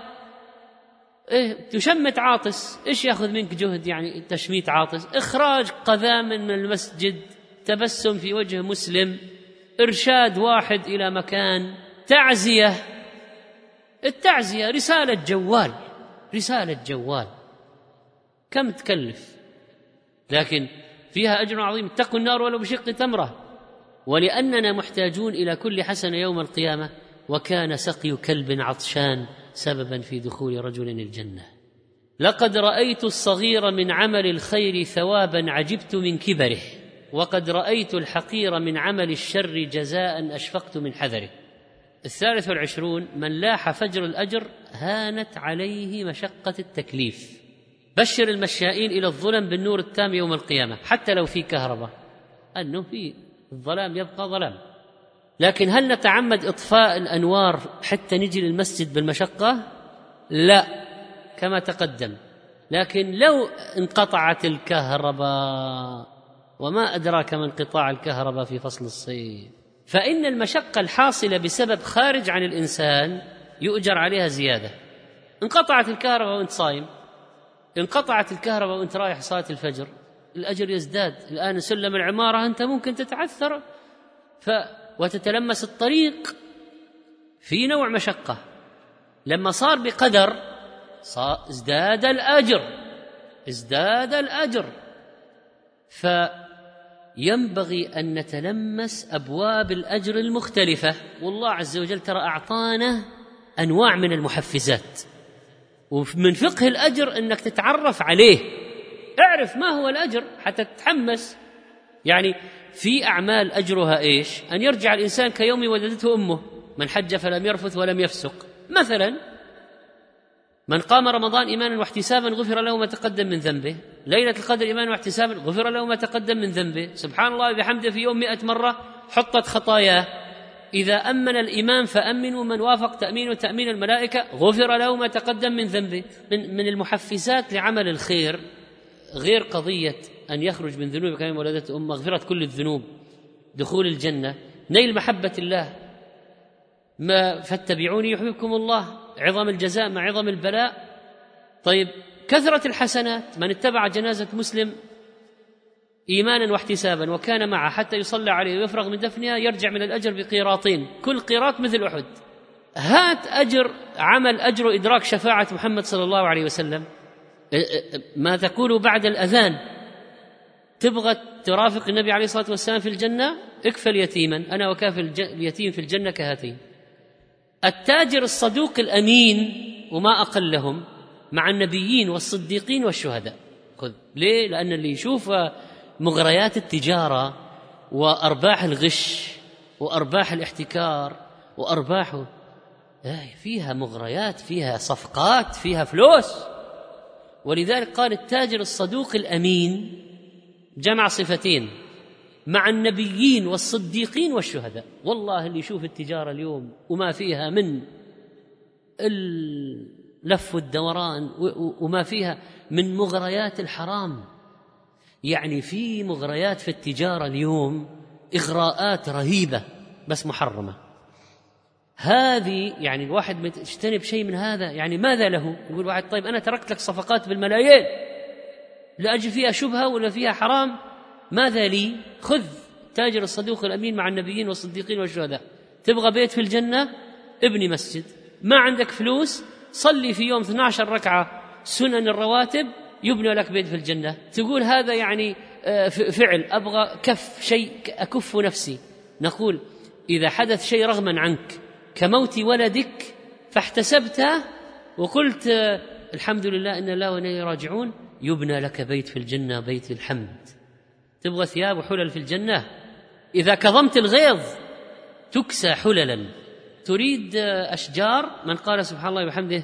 تشمت عاطس، إيش يأخذ منك جهد يعني تشميت عاطس، إخراج قذام من المسجد، تبسم في وجه مسلم، إرشاد واحد إلى مكان، التعزية رسالة جوال كم تكلف، لكن فيها أجر عظيم. اتقوا النار ولو بشق تمرة. ولأننا محتاجون إلى كل حسنة يوم القيامة، وكان سقي كلب عطشان سببا في دخول رجل الجنة. لقد رأيت الصغير من عمل الخير ثوابا عجبت من كبره، وقد رأيت الحقير من عمل الشر جزاء أشفقت من حذره. 23 من لاح فجر الأجر هانت عليه مشقة التكليف. بشر المشائين إلى الظلم بالنور التام يوم القيامة، حتى لو في كهرباء، أنه في الظلام يبقى ظلام. لكن هل نتعمد إطفاء الأنوار حتى نجي للمسجد بالمشقة؟ لا، كما تقدم. لكن لو انقطعت الكهرباء، وما أدراك ما انقطاع الكهرباء في فصل الصيف، فإن المشقة الحاصلة بسبب خارج عن الإنسان يؤجر عليها زيادة. انقطعت الكهرباء وانت صايم، انقطعت الكهرباء وانت رايح صلاة الفجر، الأجر يزداد. الآن سلم العمارة أنت ممكن تتعثر وتتلمس الطريق، في نوع مشقة. لما صار بقدر ازداد الأجر. فينبغي أن نتلمس أبواب الأجر المختلفة، والله عز وجل ترى أعطانا أنواع من المحفزات، ومن فقه الأجر أنك تتعرف عليه، اعرف ما هو الأجر حتى تتحمس. يعني في أعمال أجرها إيش؟ أن يرجع الإنسان كيوم ولدته أمه، من حج فلم يرفث ولم يفسق مثلا، من قام رمضان إيمانا واحتسابا غفر له ما تقدم من ذنبه، ليلة القدر إيمانا واحتسابا غفر له ما تقدم من ذنبه، سبحان الله وبحمده في يوم 100 مرة حطت خطاياه. إذا أمن الإمام فأمنوا، من وافق تأمين الملائكة غفر له ما تقدم من ذنبه. من المحفزات لعمل الخير، غير قضية أن يخرج من ذنوب كما ولدته أمه، مغفرة كل الذنوب، دخول الجنة، نيل محبة الله، ما فاتبعوني يحببكم الله، عظم الجزاء مع عظم البلاء. طيب كثرة الحسنات، من اتبع جنازة مسلم إيمانا واحتسابا وكان معه حتى يصلى عليه ويفرغ من دفنها يرجع من الأجر بقيراطين، كل قيراط مثل أحد. هات أجر عمل أجر إدراك شفاعة محمد صلى الله عليه وسلم. ما تقول بعد الأذان؟ تبغى ترافق النبي عليه الصلاة والسلام في الجنة؟ اكفل يتيما، أنا وكافل اليتيم في الجنة كهاتين. التاجر الصدوق الأمين وما أقلهم مع النبيين والصديقين والشهداء. خذ ليه؟ لأن اللي يشوف مغريات التجارة وأرباح الغش وأرباح الاحتكار وأرباحه فيها مغريات، فيها صفقات، فيها فلوس. ولذلك قال التاجر الصدوق الأمين جمع صفتين مع النبيين والصديقين والشهداء. والله اللي يشوف التجارة اليوم وما فيها من اللف والدوران وما فيها من مغريات الحرام، يعني في مغريات في التجارة اليوم، إغراءات رهيبة بس محرمة. هذه يعني الواحد يجتنب شيء من هذا، يعني ماذا له؟ يقول واحد طيب أنا تركت لك صفقات بالملايين لأجل فيها شبهة ولا فيها حرام، ماذا لي؟ خذ تاجر الصدوق الأمين مع النبيين والصديقين والشهداء. تبغى بيت في الجنة؟ ابني مسجد. ما عندك فلوس؟ صلي في يوم 12 ركعة سنن الرواتب يبنى لك بيت في الجنة. تقول هذا يعني فعل، أبغى كف شيء أكف نفسي. نقول إذا حدث شيء رغما عنك كموت ولدك فاحتسبته وقلت الحمد لله إن الله وإنا إليه راجعون، يبنى لك بيت في الجنة، بيت الحمد. تبغى ثياب وحلل في الجنة؟ إذا كظمت الغيظ تكسى حللا. تريد أشجار؟ من قال سبحان الله وبحمده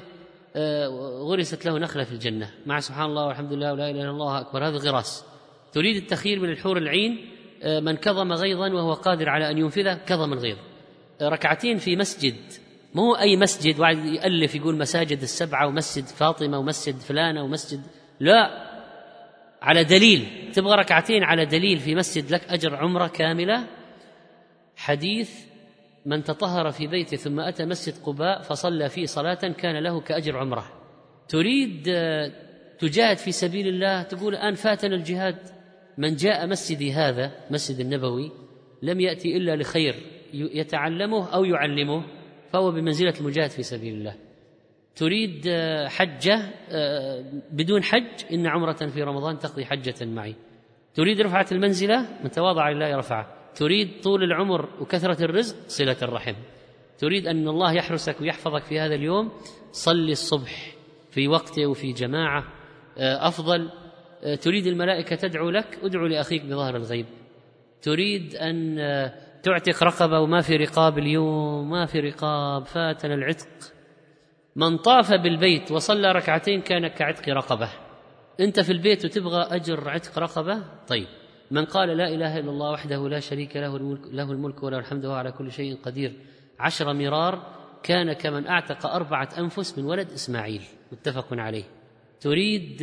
غرست له نخلة في الجنة، مع سبحان الله والحمد لله ولا إله إلا الله أكبر، هذا غراس. تريد التخيير من الحور العين؟ من كظم غيظا وهو قادر على أن ينفذه كظم الغيظ. ركعتين في مسجد، مو أي مسجد واحد يألف يقول مساجد السبعة ومسجد فاطمة ومسجد فلانة ومسجد، لا، على دليل. تبغى ركعتين على دليل في مسجد لك أجر عمرة كاملة. حديث من تطهر في بيته ثم أتى مسجد قباء فصلى فيه صلاة كان له كأجر عمرة. تريد تجاهد في سبيل الله، تقول الآن فاتنا الجهاد. من جاء مسجدي هذا مسجد النبوي لم يأتي إلا لخير يتعلمه أو يعلمه، فهو بمنزلة المجاهد في سبيل الله. تريد حجة بدون حج؟ إن عمرة في رمضان تقضي حجة معي. تريد رفعة المنزلة؟ من تواضع لله رفعه. تريد طول العمر وكثرة الرزق؟ صلة الرحم. تريد أن الله يحرسك ويحفظك في هذا اليوم؟ صلي الصبح في وقته وفي جماعة أفضل. تريد الملائكة تدعو لك؟ ادعو لأخيك بظهر الغيب. تريد أن تعتق رقبة وما في رقاب اليوم، ما في رقاب، فاتنا العتق. من طاف بالبيت وصلى ركعتين كان كعتق رقبة. أنت في البيت وتبغى أجر عتق رقبة؟ طيب من قال لا إله إلا الله وحده لا شريك له الملك وله الحمد وهو على كل شيء قدير 10 مرار كان كمن أعتق 4 أنفس من ولد إسماعيل، متفق عليه. تريد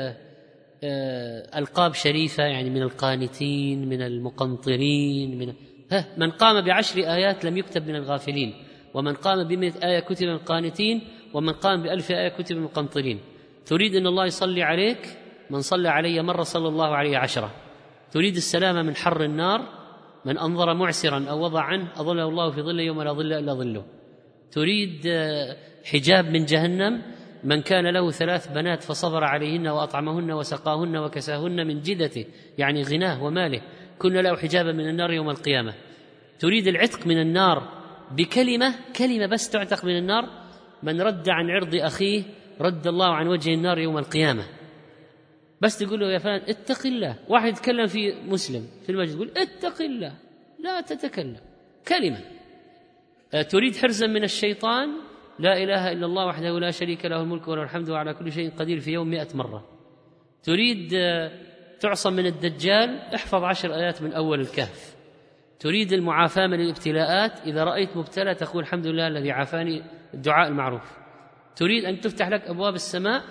ألقاب شريفة، يعني من القانتين، من المقنطرين، من قام ب10 آيات لم يكتب من الغافلين، ومن قام ب100 آية كتب من القانتين، ومن قام ب1000 آية كتب من المقنطرين. تريد أن الله يصلي عليك؟ من صلى علي مرة صلى الله عليه 10. تريد السلامة من حر النار؟ من أنظر معسرا أو وضع عنه أظله الله في ظله يوم لا ظل إلا ظله. تريد حجاب من جهنم؟ من كان له 3 بنات فصبر عليهن وأطعمهن وسقاهن وكساهن من جدته، يعني غناه وماله، كن له حجابا من النار يوم القيامة. تريد العتق من النار كلمة بس تعتق من النار؟ من رد عن عرض أخيه رد الله عن وجه النار يوم القيامة. بس تقول له يا فلان اتق الله. واحد يتكلم في مسلم في المسجد يقول اتق الله، لا تتكلم، كلمة. تريد حرزا من الشيطان؟ لا إله إلا الله وحده لا شريك له الملك وله الحمد وعلى كل شيء قدير في يوم 100 مرة. تريد تعصم من الدجال؟ احفظ 10 آيات من أول الكهف. تريد المعافاة من الابتلاءات؟ إذا رأيت مبتلى تقول الحمد لله الذي عافاني، الدعاء المعروف. تريد أن تفتح لك أبواب السماء؟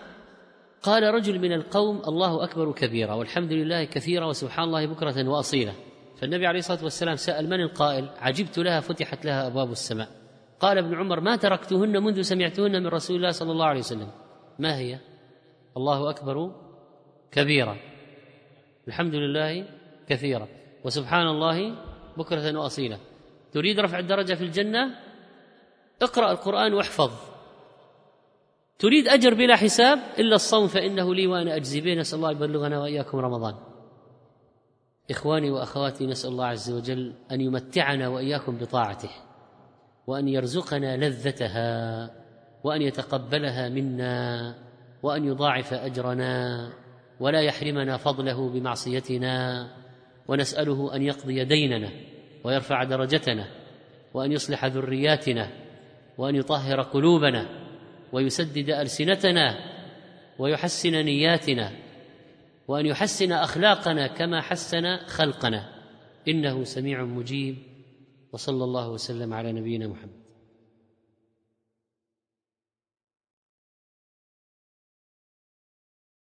قال رجل من القوم الله أكبر كبيرا والحمد لله كثيرا وسبحان الله بكرة وأصيلا، فالنبي عليه الصلاة والسلام سأل: من القائل؟ عجبت لها فتحت لها أبواب السماء. قال ابن عمر: ما تركتهن منذ سمعتهن من رسول الله صلى الله عليه وسلم. ما هي؟ الله أكبر كبيرا، الحمد لله كثيرا، وسبحان الله بكرة وأصيلا. تريد رفع الدرجة في الجنة؟ اقرأ القرآن واحفظ. تريد أجر بلا حساب؟ إلا الصوم فإنه لي وأنا أجزي به. نسأل الله يبلغنا وإياكم رمضان. إخواني وأخواتي، نسأل الله عز وجل أن يمتعنا وإياكم بطاعته، وأن يرزقنا لذتها، وأن يتقبلها منا، وأن يضاعف أجرنا، ولا يحرمنا فضله بمعصيتنا. ونسأله أن يقضي ديننا ويرفع درجتنا، وأن يصلح ذرياتنا، وأن يطهر قلوبنا، ويسدد ألسنتنا، ويحسن نياتنا، وأن يحسن أخلاقنا كما حسن خلقنا، إنه سميع مجيب. وصلى الله وسلم على نبينا محمد.